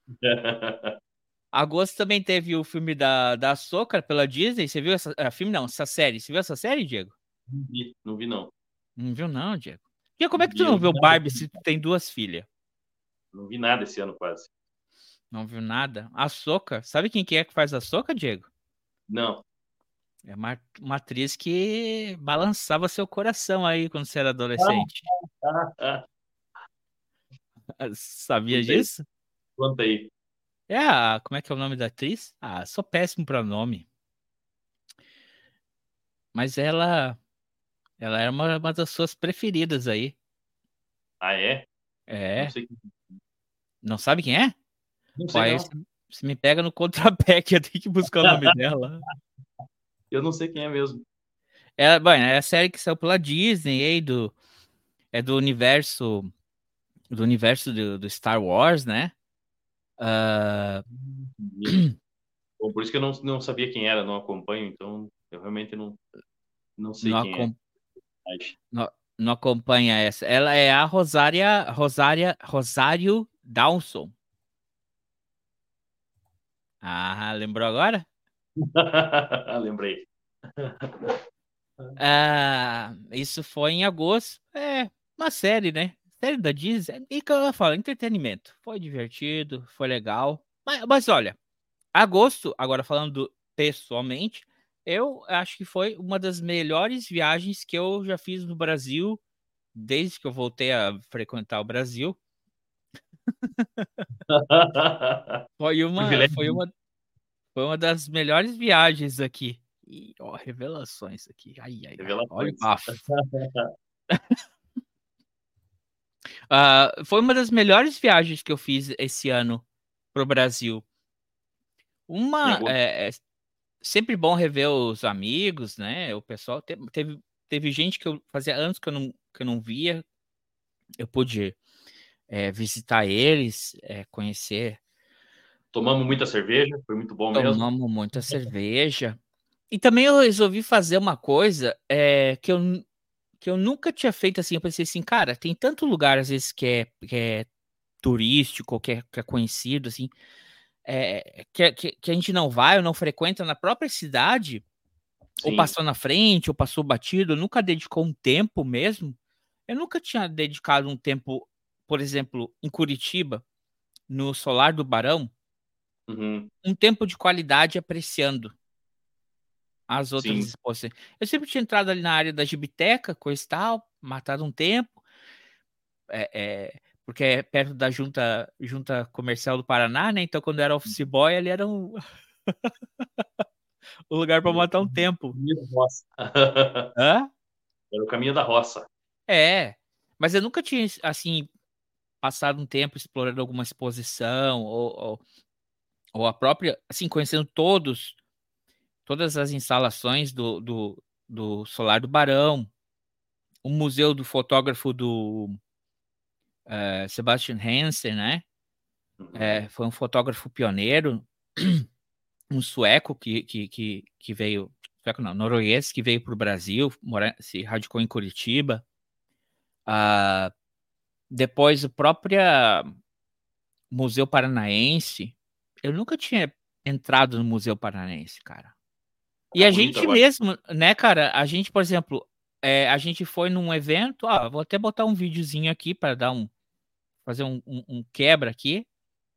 Agosto também teve o filme da, da Ahsoka pela Disney. Você viu essa ah, filme? Não, essa série. Você viu essa série, Diego? Não vi, não vi, não. Não viu, não, Diego? E como é Não que vi, tu eu não não vi viu nada, Barbie se tu tem duas filhas? não vi nada esse ano quase. Não viu nada? A Ahsoka, sabe quem que é que faz a Ahsoka, Diego? Não. É uma, uma atriz que balançava seu coração aí quando você era adolescente. Ah, ah, Sabia conta aí, disso? conta aí. É a, como é que é o nome da atriz? Ah, sou péssimo para nome. Mas ela, ela era uma, uma das suas preferidas aí. Ah, é? É. Não sei. Não sabe quem é? Não Pô, sei, aí não. você, você me pega no contrapé que eu tenho que buscar o nome dela. Eu não sei quem é mesmo. É, bom, é a série que saiu pela Disney, aí, do, é do universo do universo do, do Star Wars, né? Ah, Isso. Bom, por isso que eu não, não sabia quem era, não acompanho, então eu realmente não, não sei não, quem é. acom- Mas- não, não acompanha essa. Ela é a Rosária, Rosária, Rosário Dawson. Ah, lembrou agora? Lembrei. Ah, isso foi em agosto. É, uma série, né? Série da Disney. E que eu falo, entretenimento. Foi divertido, foi legal. Mas, mas olha, agosto, agora falando pessoalmente, eu acho que foi uma das melhores viagens que eu já fiz no Brasil, desde que eu voltei a frequentar o Brasil. Foi uma, foi Privilégio. uma, foi uma das melhores viagens aqui. E, ó, revelações aqui. Ai, ai, ai. Olha o Revelações. bafo. Ah, foi uma das melhores viagens que eu fiz esse ano pro Brasil. Em Uma, agosto. é, é sempre bom rever os amigos, né? O pessoal te- teve, teve gente que eu fazia anos que eu não, que eu não via. Eu pude é, visitar eles, é, conhecer. Tomamos muita cerveja, foi muito bom mesmo. Tomamos muita cerveja. E também eu resolvi fazer uma coisa é, que eu, que eu nunca tinha feito assim. Eu pensei assim, cara, tem tanto lugar às vezes que é, que é turístico, que é, que é conhecido, assim, é, que, que, que a gente não vai ou não frequenta na própria cidade, ou Sim. passou na frente, ou passou batido, nunca dedicou um tempo mesmo. Eu nunca tinha dedicado um tempo, por exemplo, em Curitiba, no Solar do Barão, Uhum. um tempo de qualidade apreciando as outras Sim. exposições. Eu sempre tinha entrado ali na área da gibiteca, coisa e tal, matado um tempo, é, é, porque é perto da junta, junta comercial do Paraná, né? Então, quando eu era office boy, ali era um, um lugar para matar um tempo. Caminho da roça. Hã? Era o caminho da roça. É, mas eu nunca tinha, assim, passado um tempo explorando alguma exposição ou, ou, ou a própria, assim, conhecendo todos, todas as instalações do, do, do Solar do Barão, o museu do fotógrafo do eh, Sebastian Hansen, né? Uhum. É, foi um fotógrafo pioneiro, um sueco que, que, que, que veio, sueco não, norueguês que veio para o Brasil, mora, se radicou em Curitiba. Ah, depois o próprio Museu Paranaense, eu nunca tinha entrado no Museu Paranaense, cara. E Tá a bonito gente agora. mesmo, né, cara? A gente, por exemplo, é, a gente foi num evento. Ah, vou até botar um videozinho aqui para dar um, fazer um, um, um quebra aqui.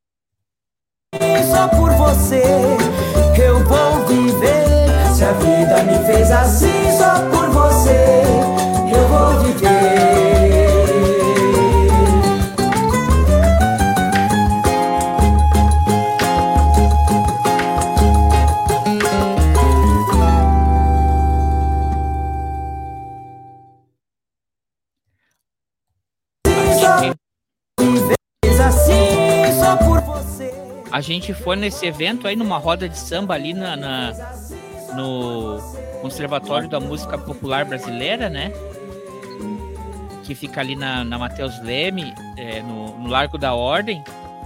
Só por você eu vou viver. Se a vida me fez assim, só por você eu vou viver. A gente, Fez assim, só por você. a gente foi nesse evento aí numa roda de samba ali na, na- no Conservatório da Música Popular Brasileira, né? Que fica ali na, na Mateus Leme, é, no, no Largo da Ordem.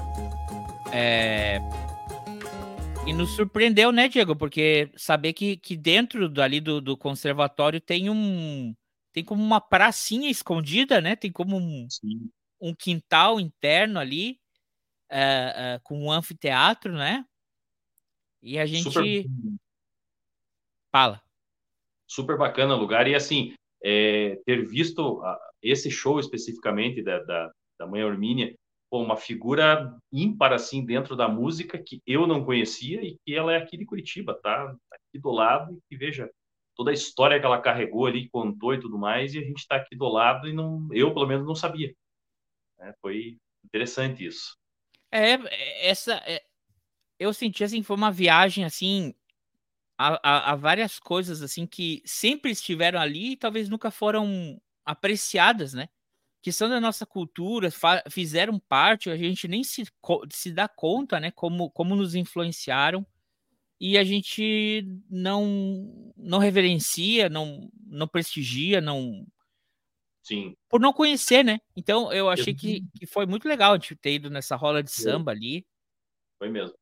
É, e nos surpreendeu, né, Diego? Porque saber que, que dentro dali do, do conservatório tem um. Tem como uma pracinha escondida, né? Tem como um, Sim. um quintal interno ali, é, é, com um anfiteatro, né? E a Super, gente fala. super bacana o lugar. E assim, é, ter visto a- esse show especificamente da, da, da Mãe Hermínia, pô, uma figura ímpar assim dentro da música que eu não conhecia e que ela é aqui de Curitiba, tá? Tá aqui do lado e que veja toda a história que ela carregou ali, contou e tudo mais, e a gente está aqui do lado e não, eu pelo menos não sabia, né? Foi interessante isso. É, é, essa. É, eu senti assim, foi uma viagem assim. A, a- a várias coisas assim que sempre estiveram ali e talvez nunca foram apreciadas, né? que são da nossa cultura, fa- fizeram parte, a gente nem se, co- se dá conta, né, como, como nos influenciaram, e a gente não, não reverencia, não, não prestigia, não, Sim. por não conhecer, né? Então eu achei que, que foi muito legal a gente ter ido nessa rola de samba ali. Foi mesmo.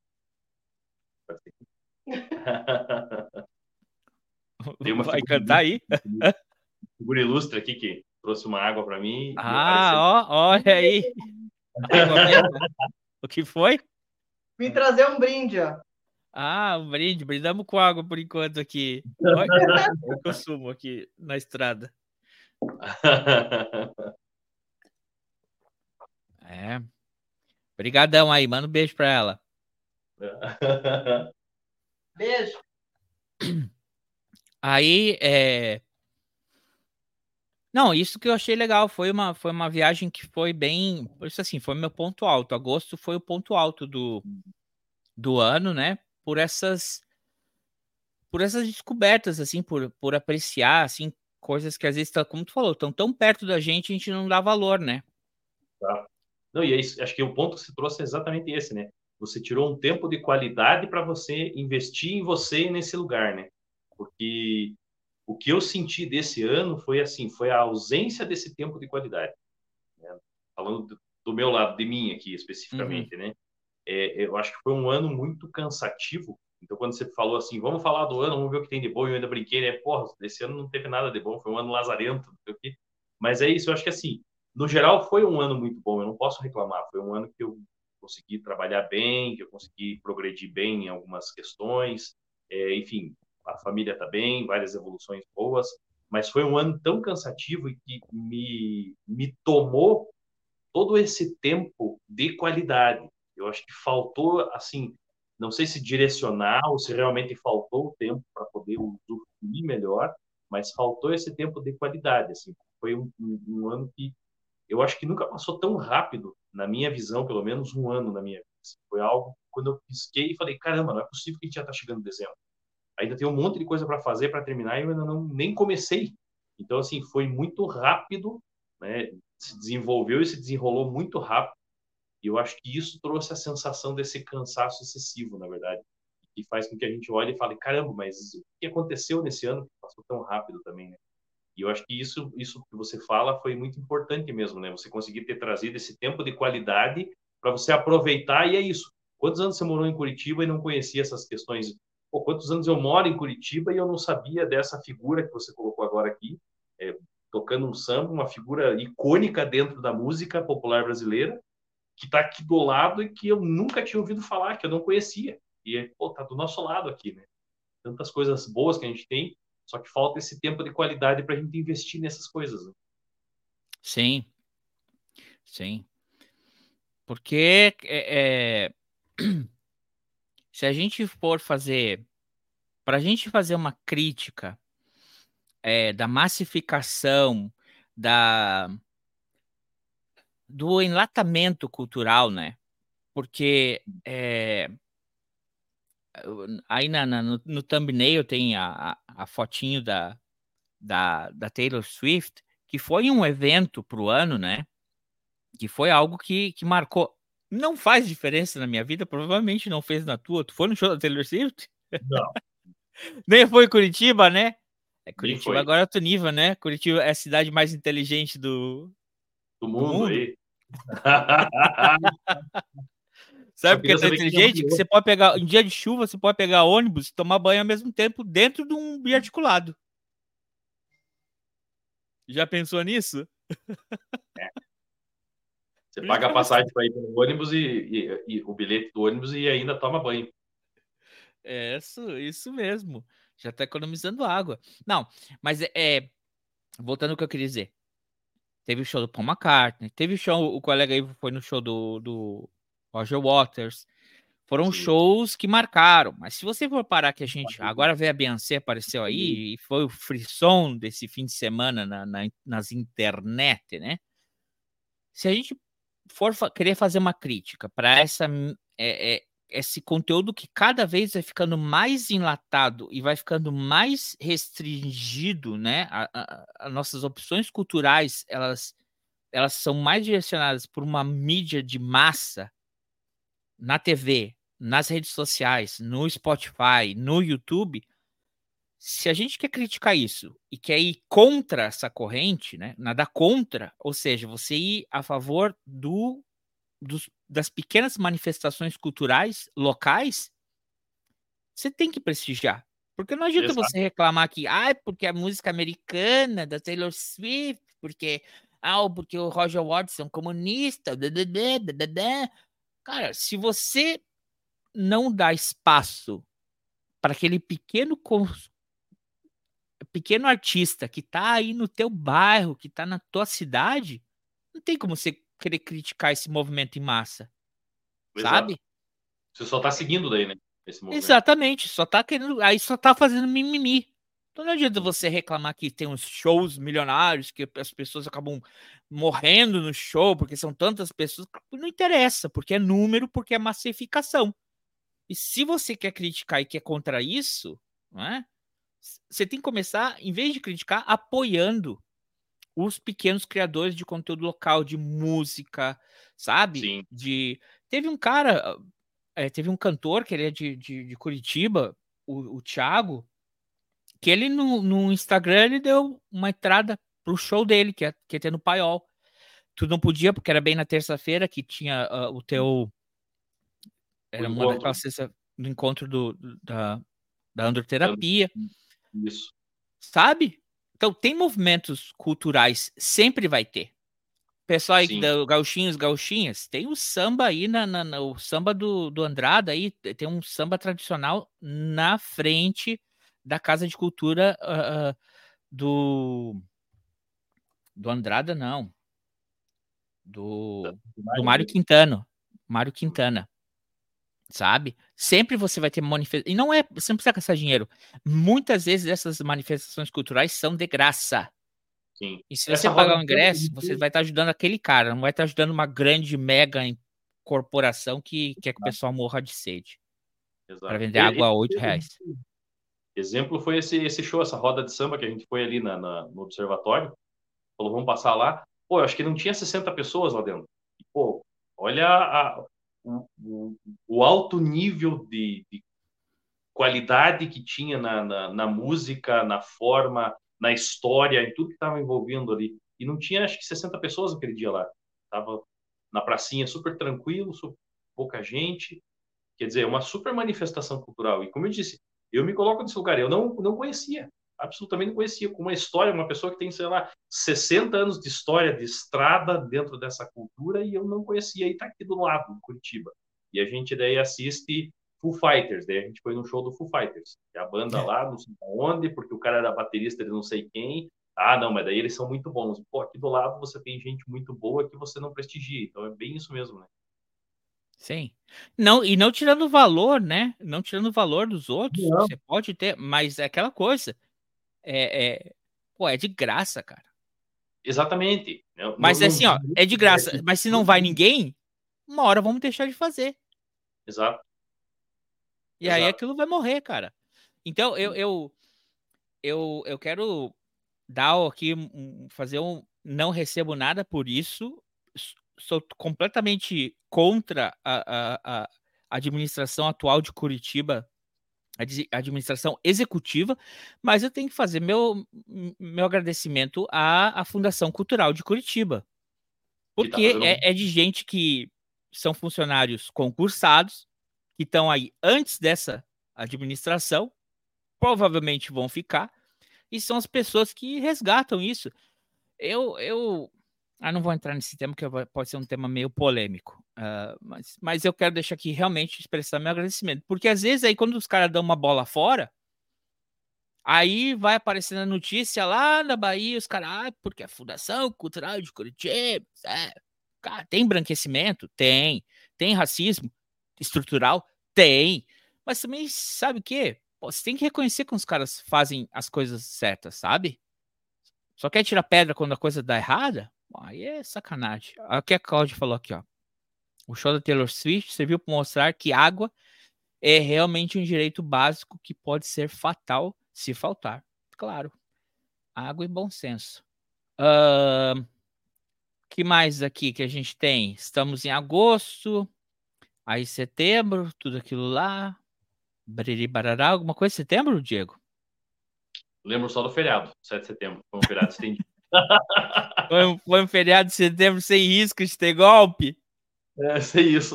Tem uma Vai figura cantar aí? figura ilustre aqui que trouxe uma água para mim. e Ah, apareceu. ó, olha aí. Água mesmo? O que foi? Vim trazer um brinde, ó. Ah, um brinde. Brindamos com água por enquanto aqui. Olha, é o que eu sumo aqui na estrada. É. Obrigadão aí. Manda um beijo pra ela. Beijo. Aí, é... Não, isso que eu achei legal. Foi uma, foi uma viagem que foi bem... Por isso, assim, foi meu ponto alto. Agosto foi o ponto alto do, do ano, né? Por essas... Por essas descobertas, assim, por, por apreciar, assim, coisas que às vezes, tá, como tu falou, estão tão perto da gente, a gente não dá valor, né? Tá. Não, e é isso, acho que o ponto que você trouxe é exatamente esse, né? Você tirou um tempo de qualidade para você investir em você nesse lugar, né? Porque o que eu senti desse ano foi assim, foi a ausência desse tempo de qualidade. Né? Falando do, do meu lado, de mim aqui especificamente, uhum. né? É, eu acho que foi um ano muito cansativo. Então, quando você falou assim, vamos falar do ano, vamos ver o que tem de bom, eu ainda brinquei, né? Porra, esse ano não teve nada de bom, foi um ano lazarento, não sei o quê. Mas é isso, eu acho que assim, no geral foi um ano muito bom, eu não posso reclamar. Foi um ano que eu consegui trabalhar bem, que eu consegui progredir bem em algumas questões, é, enfim, a família está bem, várias evoluções boas, mas foi um ano tão cansativo e que me, me tomou todo esse tempo de qualidade. Eu acho que faltou, assim, não sei se direcionar ou se realmente faltou o tempo para poder usufruir melhor, mas faltou esse tempo de qualidade, assim. Foi um, um, um ano que eu acho que nunca passou tão rápido, na minha visão, pelo menos um ano na minha vida. Foi algo, quando eu pisquei e falei, caramba, não é possível que a gente já está chegando em dezembro. Ainda tem um monte de coisa para fazer, para terminar, e eu ainda não, nem comecei. Então, assim, foi muito rápido, né? Se desenvolveu e se desenrolou muito rápido. E eu acho que isso trouxe a sensação desse cansaço excessivo, na verdade. Que faz com que a gente olhe e fale, caramba, mas o que aconteceu nesse ano que passou tão rápido também, né? E eu acho que isso, isso que você fala foi muito importante mesmo, né? Você conseguir ter trazido esse tempo de qualidade para você aproveitar, e é isso. Quantos anos você morou em Curitiba e não conhecia essas questões? Pô, quantos anos eu moro em Curitiba e eu não sabia dessa figura que você colocou agora aqui, é, tocando um samba, uma figura icônica dentro da música popular brasileira, que está aqui do lado e que eu nunca tinha ouvido falar, que eu não conhecia. E, pô, tá do nosso lado aqui, né? Tantas coisas boas que a gente tem, só que falta esse tempo de qualidade para a gente investir nessas coisas. Né? Sim, sim. Porque é, é... se a gente for fazer, para a gente fazer uma crítica é, da massificação, da do enlatamento cultural, né? Porque é, aí na, na, no, no thumbnail tem a, a, a fotinho da, da, da Taylor Swift, que foi um evento pro ano, né? Que foi algo que, que marcou. Não faz diferença na minha vida, provavelmente não fez na tua. Tu foi no show da Taylor Swift? Não. Nem foi em Curitiba, né? É Curitiba foi. agora é outro nível, né? Curitiba é a cidade mais inteligente do, do mundo, do mundo. Aí. Sabe por que é tão inteligente? Que você pode pegar, em dia de chuva, você pode pegar ônibus e tomar banho ao mesmo tempo dentro de um biarticulado. Já pensou nisso? É. Você paga a passagem para ir pelo ônibus e, e, e o bilhete do ônibus e ainda toma banho. É isso, isso mesmo. Já tá economizando água. Não, mas é, é voltando ao que eu queria dizer. Teve o show do Paul McCartney, teve o show, o colega aí foi no show do, do Roger Waters. Foram Sim. shows que marcaram. Mas se você for parar que a gente... Agora veio a Beyoncé, apareceu aí, e foi o frisson desse fim de semana na, na, nas internet, né? Se a gente for fa- querer fazer uma crítica para essa é, é, esse conteúdo que cada vez vai ficando mais enlatado e vai ficando mais restringido, né? As nossas opções culturais, elas elas são mais direcionadas por uma mídia de massa na T V, nas redes sociais, no Spotify, no YouTube, se a gente quer criticar isso e quer ir contra essa corrente, né, nada contra, ou seja, você ir a favor do, dos, das pequenas manifestações culturais locais, você tem que prestigiar. Porque não adianta Exato. você reclamar que, ah, porque a música americana da Taylor Swift, porque, ah, porque o Roger Waters é um comunista, dadadá, dadadá. Cara, se você não dá espaço para aquele pequeno cons- pequeno artista que tá aí no teu bairro, que tá na tua cidade, não tem como você querer criticar esse movimento em massa, Exato. sabe? Você só tá seguindo daí, né? Esse movimento. Exatamente, só tá querendo, aí só tá fazendo mimimi. Então não adianta você reclamar que tem uns shows milionários, que as pessoas acabam morrendo no show, porque são tantas pessoas. Não interessa, porque é número, porque é massificação. E se você quer criticar e quer contra isso, não é? Você tem que começar, em vez de criticar, apoiando os pequenos criadores de conteúdo local, de música, sabe? Sim. De... Teve um cara, é, teve um cantor que ele é de, de, de Curitiba, o, o Thiago, que ele no, no Instagram ele deu uma entrada pro show dele, que ia, que ia ter no Paiol. Tu não podia, porque era bem na terça-feira que tinha uh, o teu... Era O uma encontro. daquelas sexta, do encontro do, do- da, da androterapia, Isso. sabe? Então tem movimentos culturais, sempre vai ter. Pessoal aí Sim. da gauchinhos, gauchinhas, tem o samba aí, na, na- na- o samba do, do Andrada aí, tem um samba tradicional na frente da Casa de Cultura ah, ah, do, do Andrada, não, do, do Mário Quintano, Mário Quintana, sabe? Sempre você vai ter manifestações, e não é, você não precisa gastar dinheiro, muitas vezes essas manifestações culturais são de graça. Sim. E se Essa você pagar roda o de ingresso, samba, você vai estar ajudando aquele cara, não vai estar ajudando uma grande, mega em- corporação que quer que o pessoal morra de sede Exato. para vender E- água a e- oito reais. Exemplo foi esse, esse show, essa roda de samba que a gente foi ali na, na- no observatório. Falou, vamos passar lá. Pô, eu acho que não tinha sessenta pessoas lá dentro. E, pô, olha a- o, o- o alto nível de, de qualidade que tinha na, na, na música, na forma, na história, em tudo que estava envolvendo ali. E não tinha, acho que, sessenta pessoas aquele dia lá. Tava na pracinha super tranquilo, super, pouca gente. Quer dizer, é uma super manifestação cultural. E como eu disse, eu me coloco nesse lugar. Eu não, não conhecia, absolutamente não conhecia. Com uma história, uma pessoa que tem, sei lá, sessenta anos de história, de estrada dentro dessa cultura, e eu não conhecia. E está aqui do lado, em Curitiba. E a gente daí assiste Foo Fighters. Daí a gente foi no show do Foo Fighters. Que é a banda lá, não sei onde, porque o cara era baterista de não sei quem. Ah, não, mas daí eles são muito bons. Pô, aqui do lado você tem gente muito boa que você não prestigia. Então é bem isso mesmo, né? Sim. Não, e não tirando o valor, né? Não tirando o valor dos outros. Não. Você pode ter, mas é aquela coisa. É, é, pô, é de graça, cara. Exatamente. Não, Mas não, assim, ó, é de graça. não- Mas se não vai ninguém, uma hora vamos deixar de fazer. Exato. E aí Exato. aquilo vai morrer, cara. Então eu, eu, eu, eu quero dar aqui, um- fazer um. Não recebo nada por isso. s- Sou completamente contra a, a, a administração atual de Curitiba, a di- administração executiva, mas eu tenho que fazer meu, meu agradecimento à, à Fundação Cultural de Curitiba, Que tá porque fazendo um... é, é de gente que são funcionários concursados, que estão aí antes dessa administração, provavelmente vão ficar, e são as pessoas que resgatam isso. Eu, eu, ah, não vou entrar nesse tema, que vai- pode ser um tema meio polêmico, ah, mas, mas eu quero deixar aqui realmente expressar meu agradecimento, porque às vezes aí quando os caras dão uma bola fora, aí vai aparecer na notícia lá na Bahia, os caras, ah, porque a Fundação Cultural de Curitiba, é, cara, tem embranquecimento? Tem. Tem racismo estrutural? Tem. Mas também, sabe o quê? Pô, você tem que reconhecer que os caras fazem as coisas certas, sabe? Só quer tirar pedra quando a coisa dá errada? Bom, aí é sacanagem. Olha o que a Claudia falou aqui, ó. O show da Taylor Swift serviu para mostrar que água é realmente um direito básico que pode ser fatal se faltar. Claro. Água e bom senso. Ahn, que mais aqui que a gente tem? Estamos em agosto, aí setembro, tudo aquilo lá. Bariri, barará, alguma coisa em setembro, Diego? Lembro só do feriado, sete de setembro. Foi um feriado estendido. Foi um, foi um feriado de setembro sem risco de ter golpe? É, sei isso.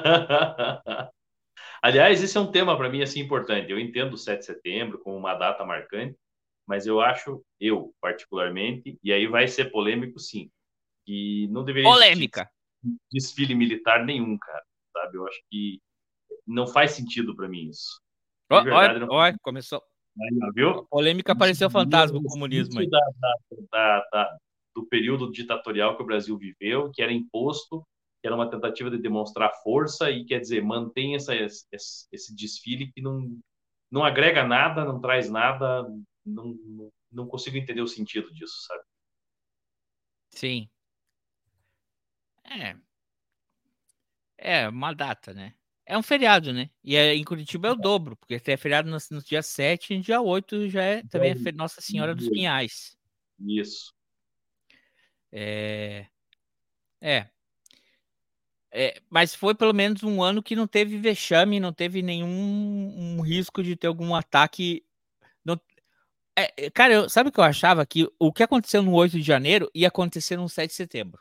Aliás, esse é um tema para mim assim importante. Eu entendo o sete de setembro como uma data marcante, mas eu acho, eu particularmente, e aí vai ser polêmico sim, que não deveria Polêmica. existir desfile militar nenhum, cara, sabe? Eu acho que não faz sentido para mim isso. De verdade, Olha, não olha, começou. Aí, viu? A polêmica apareceu fantasma do comunismo aí. Da, da, da, da, do período ditatorial que o Brasil viveu, que era imposto, que era uma tentativa de demonstrar força e, quer dizer, mantém essa, esse, esse desfile que não, não agrega nada, não traz nada, não, não, não consigo entender o sentido disso, sabe? Sim. É. É, uma data, né? É um feriado, né? E é, em Curitiba é o dobro, porque tem feriado no, no dia sete e no dia oito já é também é Nossa Senhora dos Pinhais. Isso. É... é. É, mas foi pelo menos um ano que não teve vexame, não teve nenhum um risco de ter algum ataque. Não... É, cara, eu, sabe o que eu achava? Que o que aconteceu no oito de janeiro ia acontecer no sete de setembro.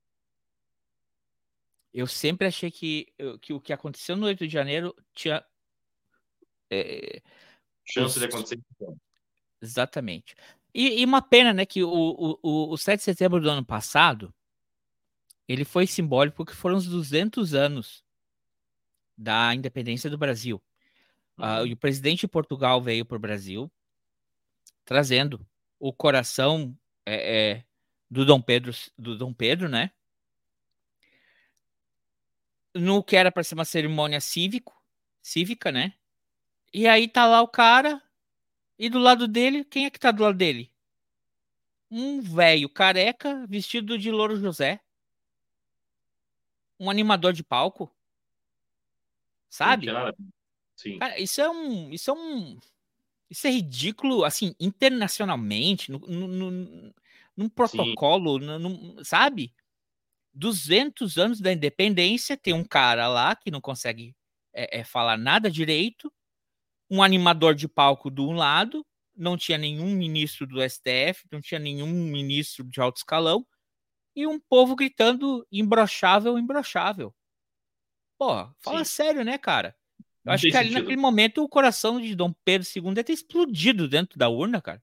Eu sempre achei que, que o que aconteceu no oito de janeiro tinha. É, Chance os... de acontecer. Exatamente. E, e uma pena, né, que o, o, o sete de setembro do ano passado, ele foi simbólico porque foram os duzentos anos da independência do Brasil. Uhum. Uh, e o presidente de Portugal veio para o Brasil, trazendo o coração é, é, do Dom Pedro, do Dom Pedro, né? No que era para ser uma cerimônia cívico, cívica, né? E aí tá lá o cara, e do lado dele, quem é que tá do lado dele? Um velho careca vestido de Louro José. Um animador de palco. Sabe? Sim. Cara, isso é um. Isso é um. Isso é ridículo, assim, internacionalmente, no, no, no, num protocolo, no, no, sabe? duzentos anos da independência, tem um cara lá que não consegue é, é, falar nada direito, um animador de palco de um lado, não tinha nenhum ministro do S T F, não tinha nenhum ministro de alto escalão, e um povo gritando imbrochável, imbrochável. Pô, fala Sim. sério, né, cara? Eu não acho que sentido. ali naquele momento o coração de Dom Pedro segundo deve ter explodido dentro da urna, cara.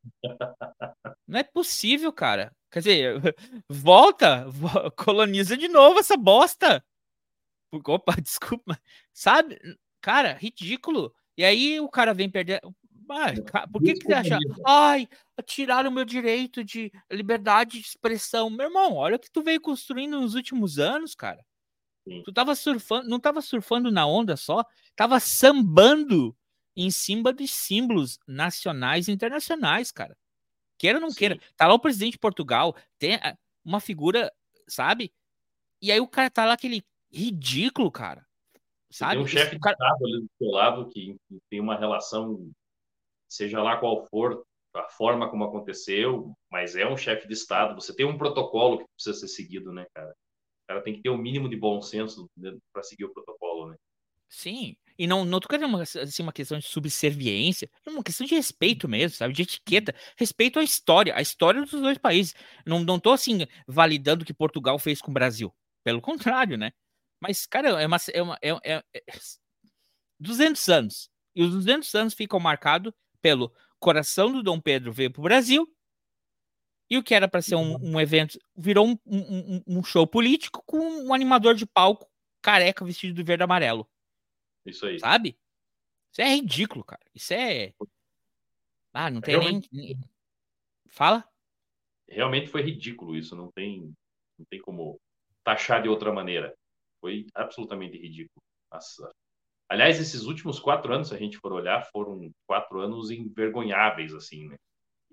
Não é possível, cara. Quer dizer, volta, coloniza de novo essa bosta. Opa, desculpa. Sabe? Cara, ridículo. E aí o cara vem perder. Ah, por que, que você acha? Ai, tiraram o meu direito de liberdade de expressão. Meu irmão, olha o que tu veio construindo nos últimos anos, cara. Sim. Tu tava surfando, não tava surfando na onda só, tava sambando em cima de símbolos nacionais e internacionais, cara. Queira ou não Sim. queira. Tá lá o presidente de Portugal, tem uma figura, sabe? E aí o cara tá lá aquele ridículo, cara. Você sabe? tem um chefe cara... de Estado ali do seu lado que, que tem uma relação, seja lá qual for a forma como aconteceu, mas é um chefe de Estado. Você tem um protocolo que precisa ser seguido, né, cara? O cara tem que ter o um mínimo de bom senso para seguir o protocolo, né? Sim. E não, não tô querendo uma, assim, uma questão de subserviência, é uma questão de respeito mesmo, sabe? De etiqueta. Respeito à história, a história dos dois países. Não, não tô, assim, validando o que Portugal fez com o Brasil. Pelo contrário, né? Mas, cara, é uma. É uma é, é, é duzentos anos. E os duzentos anos ficam marcados pelo coração do Dom Pedro veio pro Brasil. E o que era para ser um, um evento virou um, um, um show político com um animador de palco careca vestido de verde e amarelo. Isso aí. Sabe? Isso é ridículo, cara. Isso é. Ah, não tem Realmente... nem. Fala? Realmente foi ridículo isso. Não tem, não tem como taxar de outra maneira. Foi absolutamente ridículo. Nossa. Aliás, esses últimos quatro anos, se a gente for olhar, foram quatro anos envergonháveis, assim, né?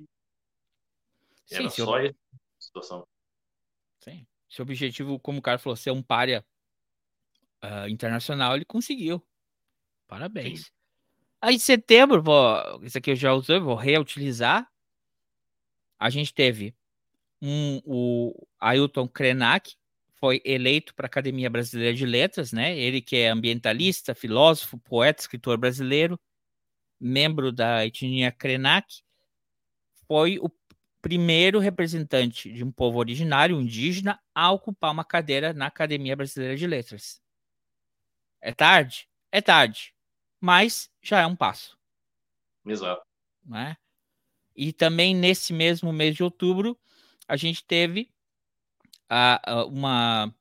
Era Sim, só ob... essa situação. Sim. Esse objetivo, como o cara falou, ser um pária uh, internacional, ele conseguiu. Parabéns. Sim. Aí em setembro, vou... isso aqui eu já usei, vou reutilizar. A gente teve Um, o Ailton Krenak foi eleito para a Academia Brasileira de Letras, né? Ele que é ambientalista, filósofo, poeta, escritor brasileiro, membro da etnia Krenak, foi o primeiro representante de um povo originário, indígena, a ocupar uma cadeira na Academia Brasileira de Letras. É tarde? É tarde, mas já é um passo. Exato. Né? E também nesse mesmo mês de outubro, a gente teve a, a, uma,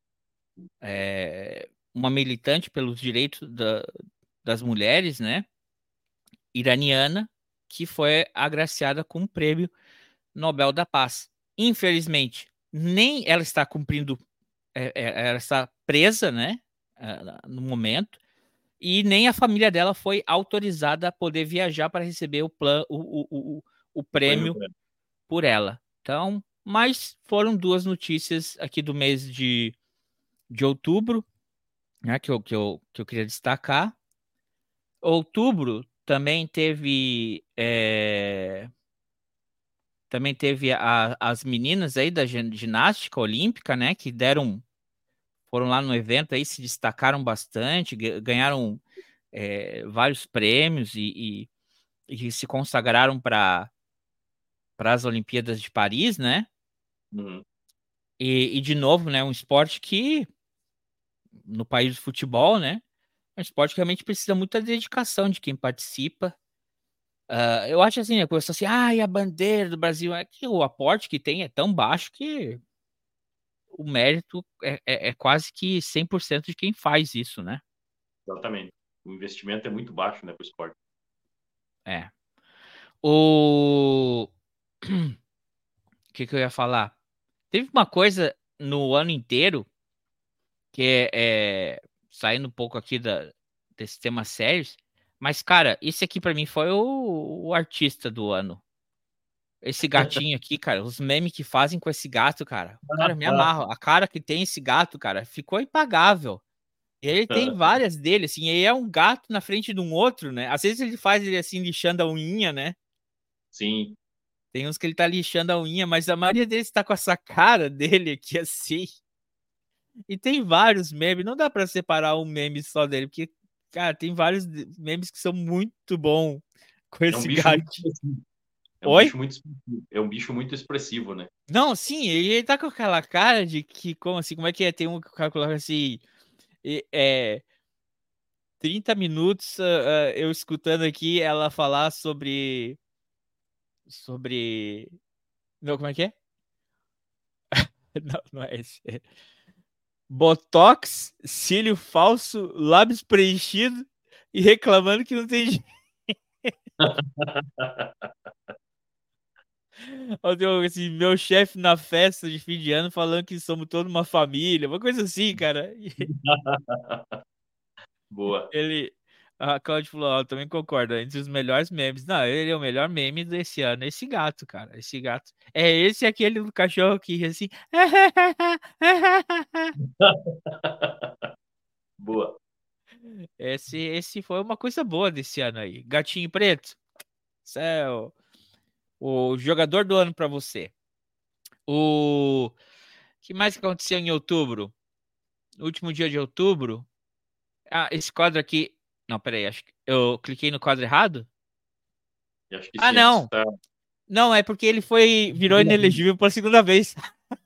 é, uma militante pelos direitos da, das mulheres, né? Iraniana, que foi agraciada com o prêmio Nobel da Paz. Infelizmente, nem ela está cumprindo, é, é, ela está presa, né? No momento. E nem a família dela foi autorizada a poder viajar para receber o, plan, o, o, o, o prêmio por ela. Então, mas foram duas notícias aqui do mês de, de outubro, né, que, eu, que, eu, que eu queria destacar. Outubro também teve é, também teve a, as meninas aí da ginástica olímpica, né, que deram foram lá no evento aí, se destacaram bastante, ganharam é, vários prêmios e, e, e se consagraram para para as Olimpíadas de Paris, né? Uhum. E, e, de novo, né, um esporte que, no país do futebol, né, é um esporte que realmente precisa muita dedicação de quem participa. Uh, eu acho assim, a coisa assim, ah, e a bandeira do Brasil, é que o aporte que tem é tão baixo que o mérito é, é, é quase que cem por cento de quem faz isso, né? Exatamente. O investimento é muito baixo, né, para o esporte. É. O... o que que eu ia falar? Teve uma coisa no ano inteiro que é, é saindo um pouco aqui da, desse tema sérios, mas, cara, esse aqui pra mim foi o, o artista do ano. Esse gatinho aqui, cara, os memes que fazem com esse gato, cara. Cara, me amarro. A cara que tem esse gato, cara, ficou impagável. Ele tem várias dele, assim, ele é um gato na frente de um outro, né? Às vezes ele faz ele assim, lixando a unha, né? Sim. Tem uns que ele tá lixando a unha, mas a maioria deles tá com essa cara dele aqui, assim. E tem vários memes, não dá pra separar um meme só dele, porque, cara, tem vários memes que são muito bons com esse É um bicho gato. muito expressivo. É um Oi? bicho muito expressivo. É um bicho muito expressivo, né? Não, sim, ele tá com aquela cara de que, como assim, como é que é? Tem um que o cara coloca assim, é, trinta minutos uh, uh, eu escutando aqui ela falar sobre, sobre, não, como é que é? Não, não é esse. É Botox, cílio falso, lábios preenchidos e reclamando que não tem dinheiro. Assim, meu chefe na festa de fim de ano falando que somos toda uma família, uma coisa assim, cara. Boa. Ele, a Claudia falou, ó, eu também concordo, entre os melhores memes. Não, ele é o melhor meme desse ano, esse gato, cara, esse gato. É esse e aquele do cachorro que ri assim. Boa. Esse, esse foi uma coisa boa desse ano aí. Gatinho preto, céu. O jogador do ano pra você. O que mais que aconteceu em outubro? No último dia de outubro. Ah, esse quadro aqui. Não, peraí, acho que eu cliquei no quadro errado. Eu acho que Ah, sim, acho que não. está. Não, é porque ele foi virou inelegível pela segunda vez.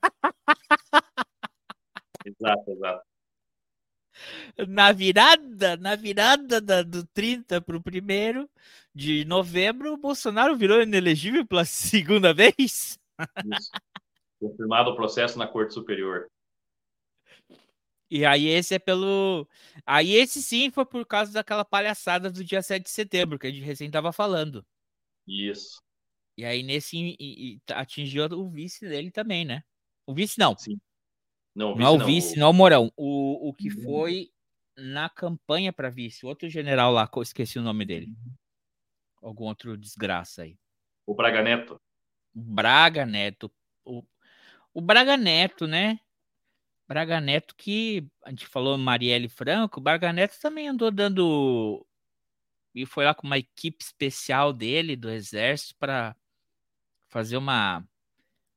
Exato, exato. Na virada, na virada da, do trinta para o primeiro de novembro, o Bolsonaro virou inelegível pela segunda vez. Isso. Confirmado o processo na Corte Superior. E aí esse é pelo... Aí esse sim foi por causa daquela palhaçada do dia sete de setembro, que a gente recém tava falando. Isso. E aí nesse e, e, atingiu o vice dele também, né? O vice não. Sim. Não, o Não é vice o não. vice, O... não é o Mourão. O, o que foi na campanha para vice. O outro general lá, que eu esqueci o nome dele. Algum outro desgraça aí. o Braga Neto. Braga Neto. O, o Braga Neto, né? Braga Neto que a gente falou Marielle Franco. O Braga Neto também andou dando... E foi lá com uma equipe especial dele, do Exército, para fazer uma,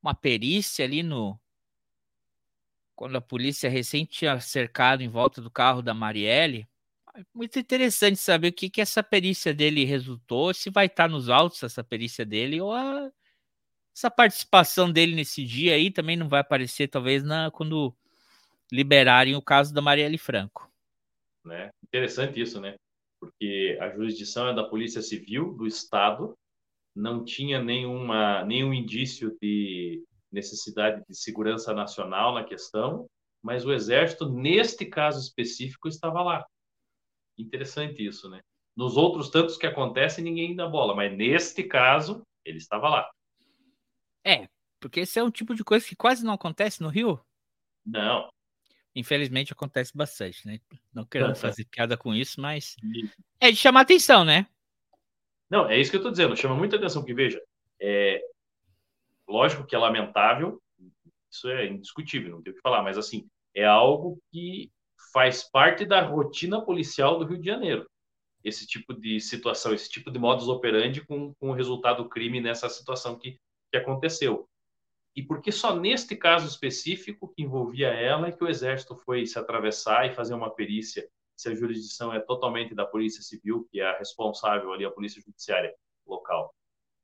uma perícia ali no... Quando a polícia recém tinha cercado em volta do carro da Marielle. Muito interessante saber o que, que essa perícia dele resultou, se vai estar nos autos essa perícia dele, ou a, essa participação dele nesse dia aí também não vai aparecer, talvez, na, quando liberarem o caso da Marielle Franco. Né? Interessante isso, né? Porque a jurisdição é da Polícia Civil do Estado, não tinha nenhuma, nenhum indício de necessidade de segurança nacional na questão, mas o Exército, neste caso específico, estava lá. Interessante isso, né? Nos outros tantos que acontecem, ninguém dá bola, mas neste caso, ele estava lá. É, porque esse é um tipo de coisa que quase não acontece no Rio. Não. Infelizmente acontece bastante, né? Não querendo fazer piada com isso, mas é de chamar atenção, né? Não, é isso que eu estou dizendo, chama muita atenção, porque veja, é lógico que é lamentável, isso é indiscutível, não tem o que falar, mas assim, é algo que faz parte da rotina policial do Rio de Janeiro. Esse tipo de situação, esse tipo de modus operandi com, com o resultado do crime nessa situação que, que aconteceu. E porque só neste caso específico que envolvia ela é que o Exército foi se atravessar e fazer uma perícia, se a jurisdição é totalmente da Polícia Civil, que é a responsável ali, a Polícia Judiciária local.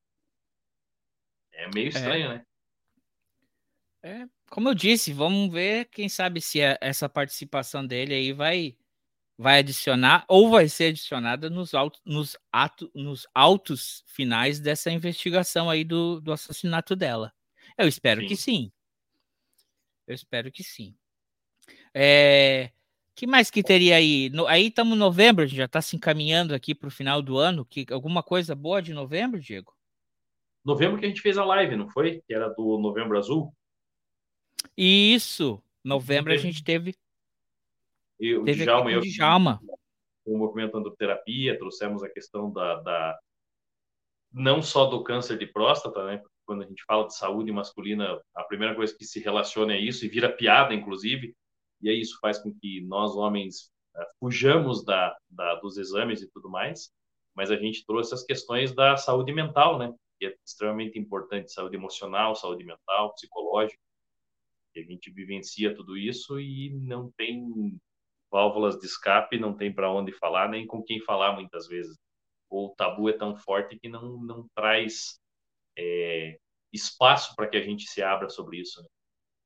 É meio estranho, é. né? É, como eu disse, vamos ver, quem sabe se essa participação dele aí vai, vai adicionar ou vai ser adicionada nos, autos, nos, ato, nos autos finais dessa investigação aí do, do assassinato dela. Eu espero Sim. que sim. Eu espero que sim. É, que mais que teria aí? No, aí estamos em novembro, a gente já está se encaminhando aqui para o final do ano. Que, alguma coisa boa de novembro, Diego? Novembro que a gente fez a live, não foi? Que era do Novembro Azul. Isso. Novembro a gente teve. E o teve aqui Djalma com e o eu, Djalma. o movimento Androterapia, trouxemos a questão da, da não só do câncer de próstata, né? Quando a gente fala de saúde masculina, a primeira coisa que se relaciona é isso, e vira piada, inclusive, e aí isso faz com que nós, homens, uh, fujamos da, da, dos exames e tudo mais, mas a gente trouxe as questões da saúde mental, né? Que é extremamente importante, saúde emocional, saúde mental, psicológica, que a gente vivencia tudo isso e não tem válvulas de escape, não tem para onde falar, nem com quem falar muitas vezes. O tabu é tão forte que não, não traz é, espaço para que a gente se abra sobre isso. Né?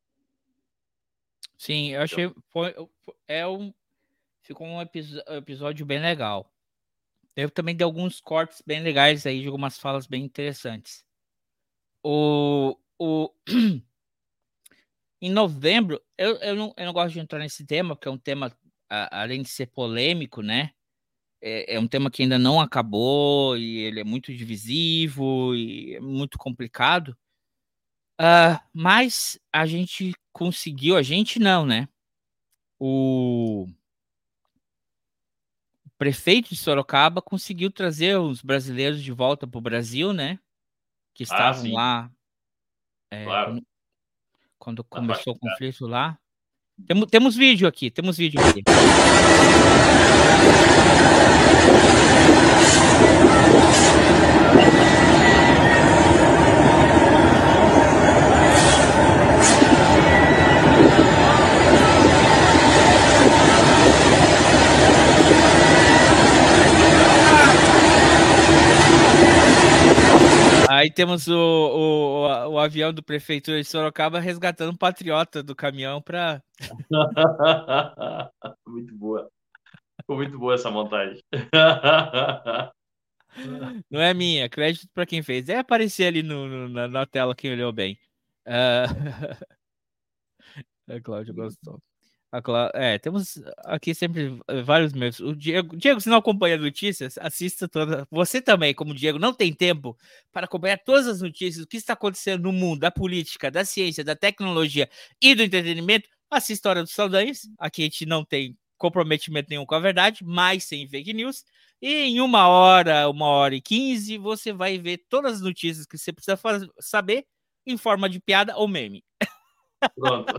Sim, eu achei. Foi, é um, ficou um episódio bem legal. Eu também dei alguns cortes bem legais aí, de algumas falas bem interessantes. O. o em novembro, eu, eu, não, eu não gosto de entrar nesse tema, porque é um tema, a, além de ser polêmico, né? É, é um tema que ainda não acabou e ele é muito divisivo e é muito complicado. Uh, mas a gente conseguiu, a gente não, né? O prefeito de Sorocaba conseguiu trazer os brasileiros de volta para o Brasil, né? Que Ah, estavam sim, lá é, claro. quando, quando Na faixa começou o de Gaza. conflito lá. Temos, temos vídeo aqui, temos vídeo aqui. Aí temos o, o, o avião do prefeitura de Sorocaba resgatando um patriota do caminhão para... Muito boa. Ficou muito boa essa montagem. Não é minha, crédito para quem fez. É aparecer ali no, no, na, na tela quem olhou bem. Uh... a Cláudia gostou. A Clá... É, temos aqui sempre vários meus. O Diego, Diego, se não acompanha notícias, assista toda. Você também, como Diego, não tem tempo para acompanhar todas as notícias, o que está acontecendo no mundo, da política, da ciência, da tecnologia e do entretenimento. Assista a Hora dos Saldanhas. Aqui a gente não tem comprometimento nenhum com a verdade, mas sem fake news. E em uma hora, uma hora e quinze, você vai ver todas as notícias que você precisa fazer, saber em forma de piada ou meme. Pronto.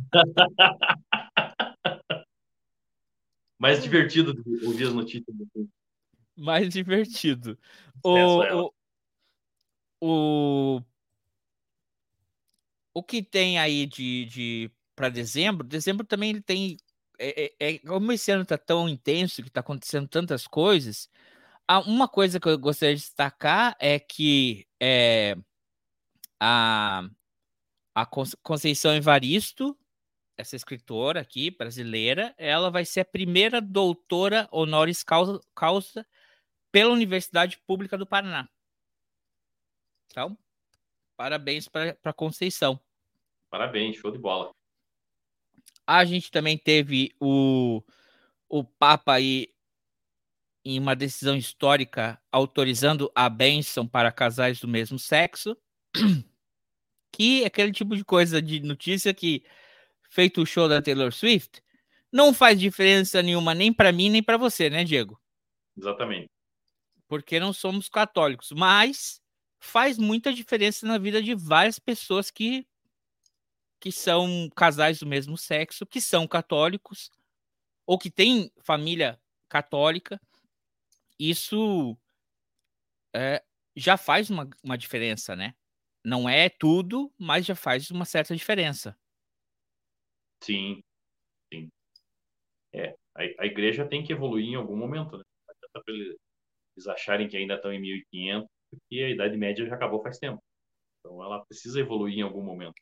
Mais divertido do que ouvir as notícias. Mais divertido. O, o, o, o que tem aí de, de para dezembro, dezembro também ele tem, é, é, é, como esse ano tá tão intenso, que tá acontecendo tantas coisas, há uma coisa que eu gostaria de destacar é que é, a, a Conceição Evaristo, essa escritora aqui, brasileira, ela vai ser a primeira doutora honoris causa, causa pela Universidade Pública do Paraná. Então, parabéns para a Conceição. Parabéns, show de bola. A gente também teve o, o Papa aí em uma decisão histórica autorizando a bênção para casais do mesmo sexo, que é aquele tipo de coisa de notícia que, feito o show da Taylor Swift, não faz diferença nenhuma nem para mim nem para você, né, Diego? Exatamente. Porque não somos católicos, mas faz muita diferença na vida de várias pessoas que, que são casais do mesmo sexo, que são católicos, ou que têm família católica. Isso é, já faz uma, uma diferença, né? Não é tudo, mas já faz uma certa diferença. Sim, sim. É, a, a igreja tem que evoluir em algum momento, né? Para eles acharem que ainda estão em mil e quinhentos, porque a Idade Média já acabou faz tempo. Então ela precisa evoluir em algum momento.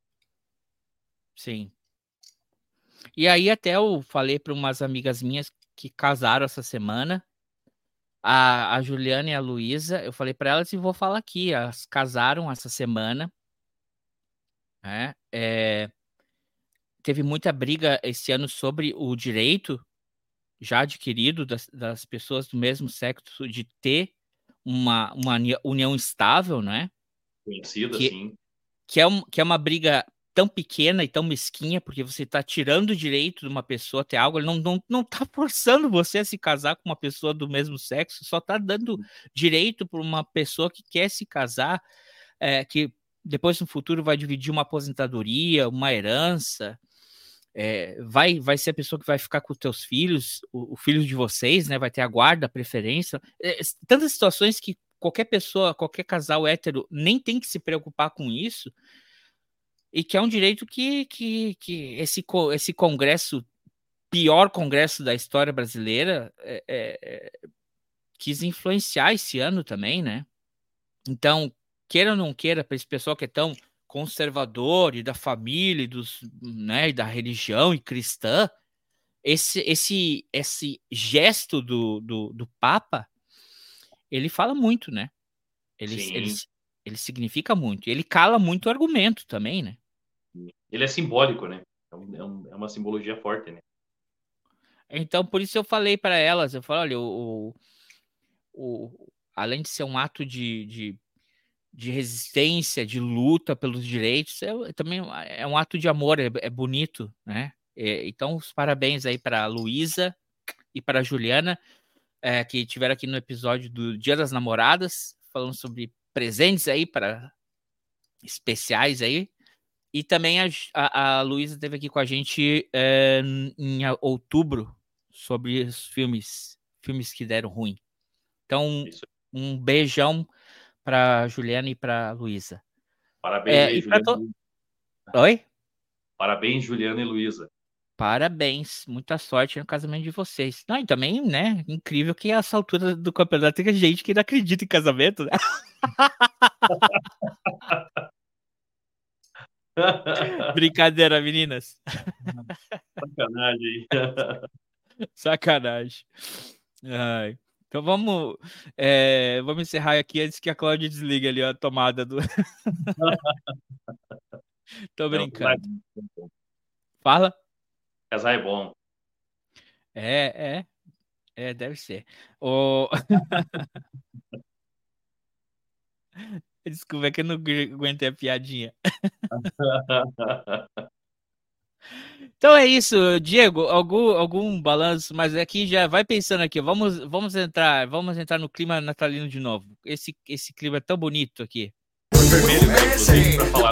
Sim. E aí até eu falei para umas amigas minhas que casaram essa semana, a, a Juliana e a Luísa, eu falei para elas e vou falar aqui, elas casaram essa semana, né? É, teve muita briga esse ano sobre o direito já adquirido das, das pessoas do mesmo sexo de ter uma, uma união estável, né? Conhecida, que, sim. Que é, um, que é uma briga tão pequena e tão mesquinha, porque você está tirando o direito de uma pessoa ter algo, ele não, não, não tá forçando você a se casar com uma pessoa do mesmo sexo, só está dando direito para uma pessoa que quer se casar, é, que depois no futuro vai dividir uma aposentadoria, uma herança, é, vai, vai ser a pessoa que vai ficar com os teus filhos, o, o filho de vocês, né, vai ter a guarda, a preferência, é, tantas situações que qualquer pessoa, qualquer casal hétero nem tem que se preocupar com isso, e que é um direito que, que, que esse, esse congresso, pior congresso da história brasileira, é, é, quis influenciar esse ano também, né? Então, queira ou não queira, para esse pessoal que é tão conservador e da família, e, dos, né, e da religião e cristã, esse, esse, esse gesto do, do, do Papa, ele fala muito, né? Ele, ele, ele significa muito. Ele cala muito o argumento também, né? Ele é simbólico, né? É, um, é uma simbologia forte, né? Então, por isso eu falei para elas, eu falei, olha, o, o, o, além de ser um ato de, de, de resistência, de luta pelos direitos, é, também é um ato de amor, é, é bonito, né? É, então, os parabéns aí para a Luísa e para a Juliana, é, que estiveram aqui no episódio do Dia das Namoradas, falando sobre presentes aí para especiais aí. E também a, a, a Luísa esteve aqui com a gente é, em outubro sobre os filmes, filmes que deram ruim. Então, um beijão para Juliana e para Luísa. Parabéns, é, aí, e Juliana. To... Oi? Parabéns, Juliana e Luísa. Parabéns, muita sorte no casamento de vocês. Não, e também, né, incrível que a essa altura do campeonato tem gente que não acredita em casamento, né? Brincadeira, meninas. Sacanagem. Sacanagem. Ai. Então vamos, é, vamos encerrar aqui antes que a Cláudia desligue ali a tomada do. Tô brincando. Fala. Casar é bom. É, é. É, deve ser. O... Desculpa, é que eu não aguentei a piadinha. Então é isso, Diego, algum, algum balanço, mas aqui já vai pensando aqui, vamos, vamos entrar, vamos entrar no clima natalino de novo. Esse, esse clima é tão bonito aqui. Vermelho, né, inclusive, pra falar.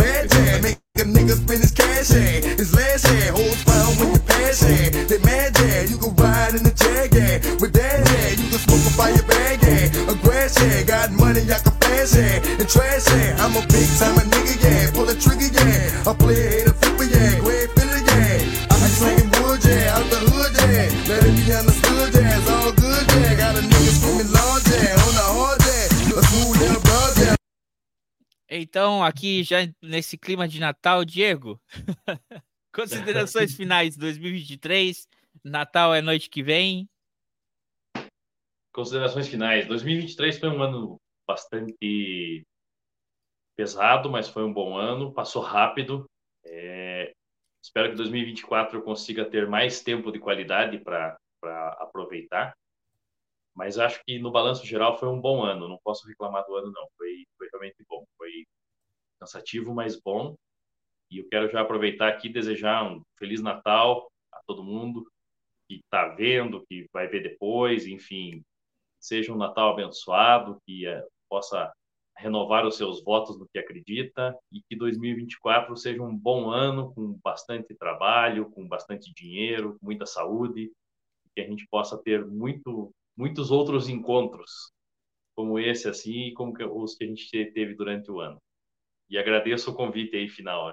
And trash, yeah. I'm a big time nigga, yeah. Pull the trigger, yeah. I play a hater, flip a yeah, go ahead, fill a yeah. I be slinging wood, yeah, out the hood, yeah. Let it be understood, yeah, it's all good, yeah. Got a nigga screaming large, yeah, on the hard, yeah. A smooth little broad, yeah. Então, aqui já nesse clima de Natal, Diego, considerações finais de dois mil e vinte e três, Natal é noite que vem. Considerações finais. dois mil e vinte e três foi um ano bastante pesado, mas foi um bom ano, passou rápido. É... Espero que dois mil e vinte e quatro eu consiga ter mais tempo de qualidade para aproveitar. Mas acho que no balanço geral foi um bom ano. Não posso reclamar do ano, não. Foi, foi realmente bom. Foi cansativo, mas bom. E eu quero já aproveitar aqui e desejar um Feliz Natal a todo mundo que está vendo, que vai ver depois. Enfim, seja um Natal abençoado, que uh, possa renovar os seus votos no que acredita e que dois mil e vinte e quatro seja um bom ano, com bastante trabalho, com bastante dinheiro, com muita saúde, que a gente possa ter muito... muitos outros encontros como esse, assim, como que, os que a gente teve durante o ano. E agradeço o convite aí, final.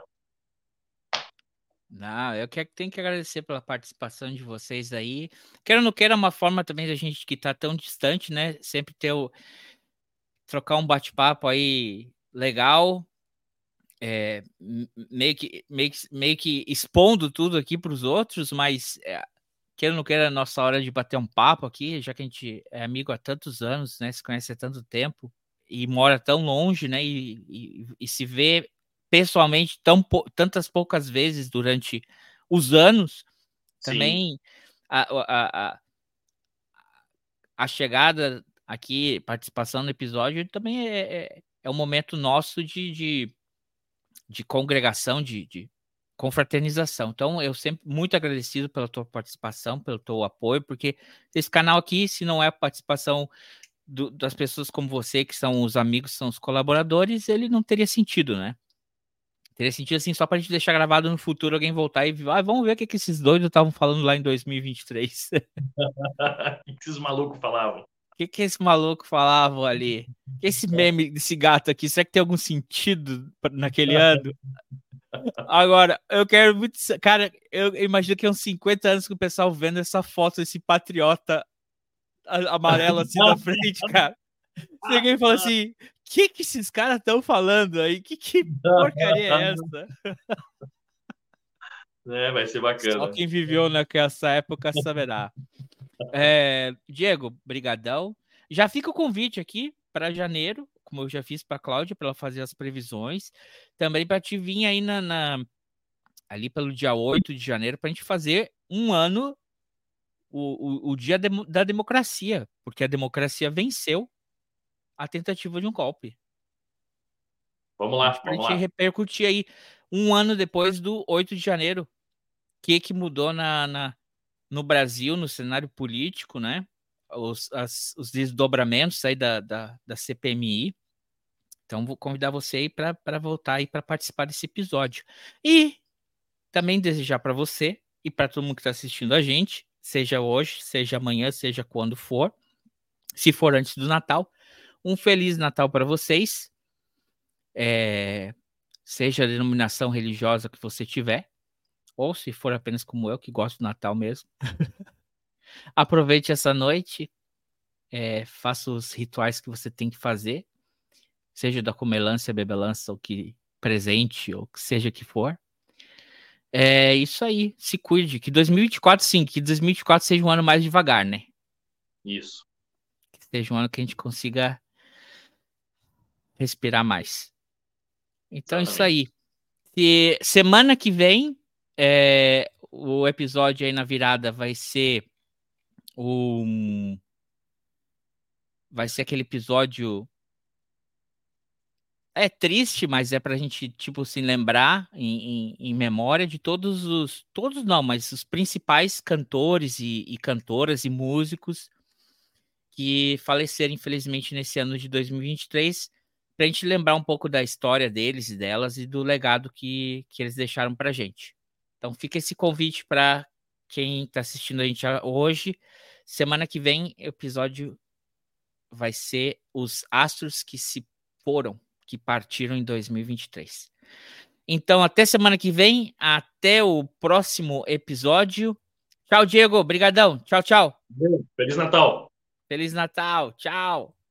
Não, eu que, tenho que agradecer pela participação de vocês aí. Quero ou não queira, é uma forma também da gente que tá tão distante, né? Sempre ter o... trocar um bate-papo aí legal. É, meio, que, meio, que, meio que expondo tudo aqui para os outros, mas... É, queira ou não queira, é a nossa hora de bater um papo aqui, já que a gente é amigo há tantos anos, né? Se conhece há tanto tempo e mora tão longe, né? E, e, e se vê pessoalmente tão, tantas poucas vezes durante os anos. Sim. Também a, a, a, a chegada aqui, participação no episódio, também é, é, é um momento nosso de, de, de congregação, de, de confraternização. Então, eu sempre muito agradecido pela tua participação, pelo teu apoio, porque esse canal aqui, se não é a participação do, das pessoas como você, que são os amigos, são os colaboradores, ele não teria sentido, né? Teria sentido assim só pra gente deixar gravado no futuro, alguém voltar e ah, vamos ver o que, que esses doidos estavam falando lá em dois mil e vinte e três. O que, que esses malucos falavam? O que, que esse maluco falava ali? Esse meme desse gato aqui, será que tem algum sentido naquele ano? Agora, eu quero muito... Cara, eu imagino que é uns cinquenta anos que o pessoal vendo essa foto, esse patriota amarelo assim na frente, cara. Se alguém fala assim, o que que esses caras estão falando aí? Que, que porcaria é essa? É, vai ser bacana. Só quem viveu naquela época saberá. É, Diego, brigadão. Já fica o convite aqui para janeiro, como eu já fiz para a Cláudia, para ela fazer as previsões. Também para te vir aí na, na, ali pelo dia oito de janeiro, para a gente fazer um ano, o, o, o dia de, da democracia, porque a democracia venceu a tentativa de um golpe. Vamos lá, para a vamos gente lá. repercutir aí um ano depois do oito de janeiro. O que, que mudou na, na, no Brasil, no cenário político, né? Os, as, os desdobramentos aí da, da, da C P M I. Então, vou convidar você aí para voltar aí para participar desse episódio. E também desejar para você e para todo mundo que está assistindo a gente, seja hoje, seja amanhã, seja quando for, se for antes do Natal, um Feliz Natal para vocês, é, seja a denominação religiosa que você tiver, ou se for apenas como eu, que gosto do Natal mesmo. Aproveite essa noite, é, faça os rituais que você tem que fazer, seja da comelância, bebelança, ou que presente, ou que seja que for. É isso aí, se cuide. Que dois mil e vinte e quatro, sim, que dois mil e vinte e quatro seja um ano mais devagar, né? Isso. Que seja um ano que a gente consiga respirar mais. Então, é isso aí. E semana que vem, é, o episódio aí na virada vai ser um... vai ser aquele episódio... É triste, mas é pra gente, tipo, se lembrar em, em, em memória de todos os... Todos não, mas os principais cantores e, e cantoras e músicos que faleceram, infelizmente, nesse ano de dois mil e vinte e três, pra gente lembrar um pouco da história deles e delas e do legado que, que eles deixaram pra gente. Então fica esse convite para quem tá assistindo a gente hoje. Semana que vem, o episódio vai ser os astros que se foram, que partiram em dois mil e vinte e três. Então, até semana que vem, até o próximo episódio. Tchau, Diego. Obrigadão. Tchau, tchau. Feliz Natal. Feliz Natal. Tchau.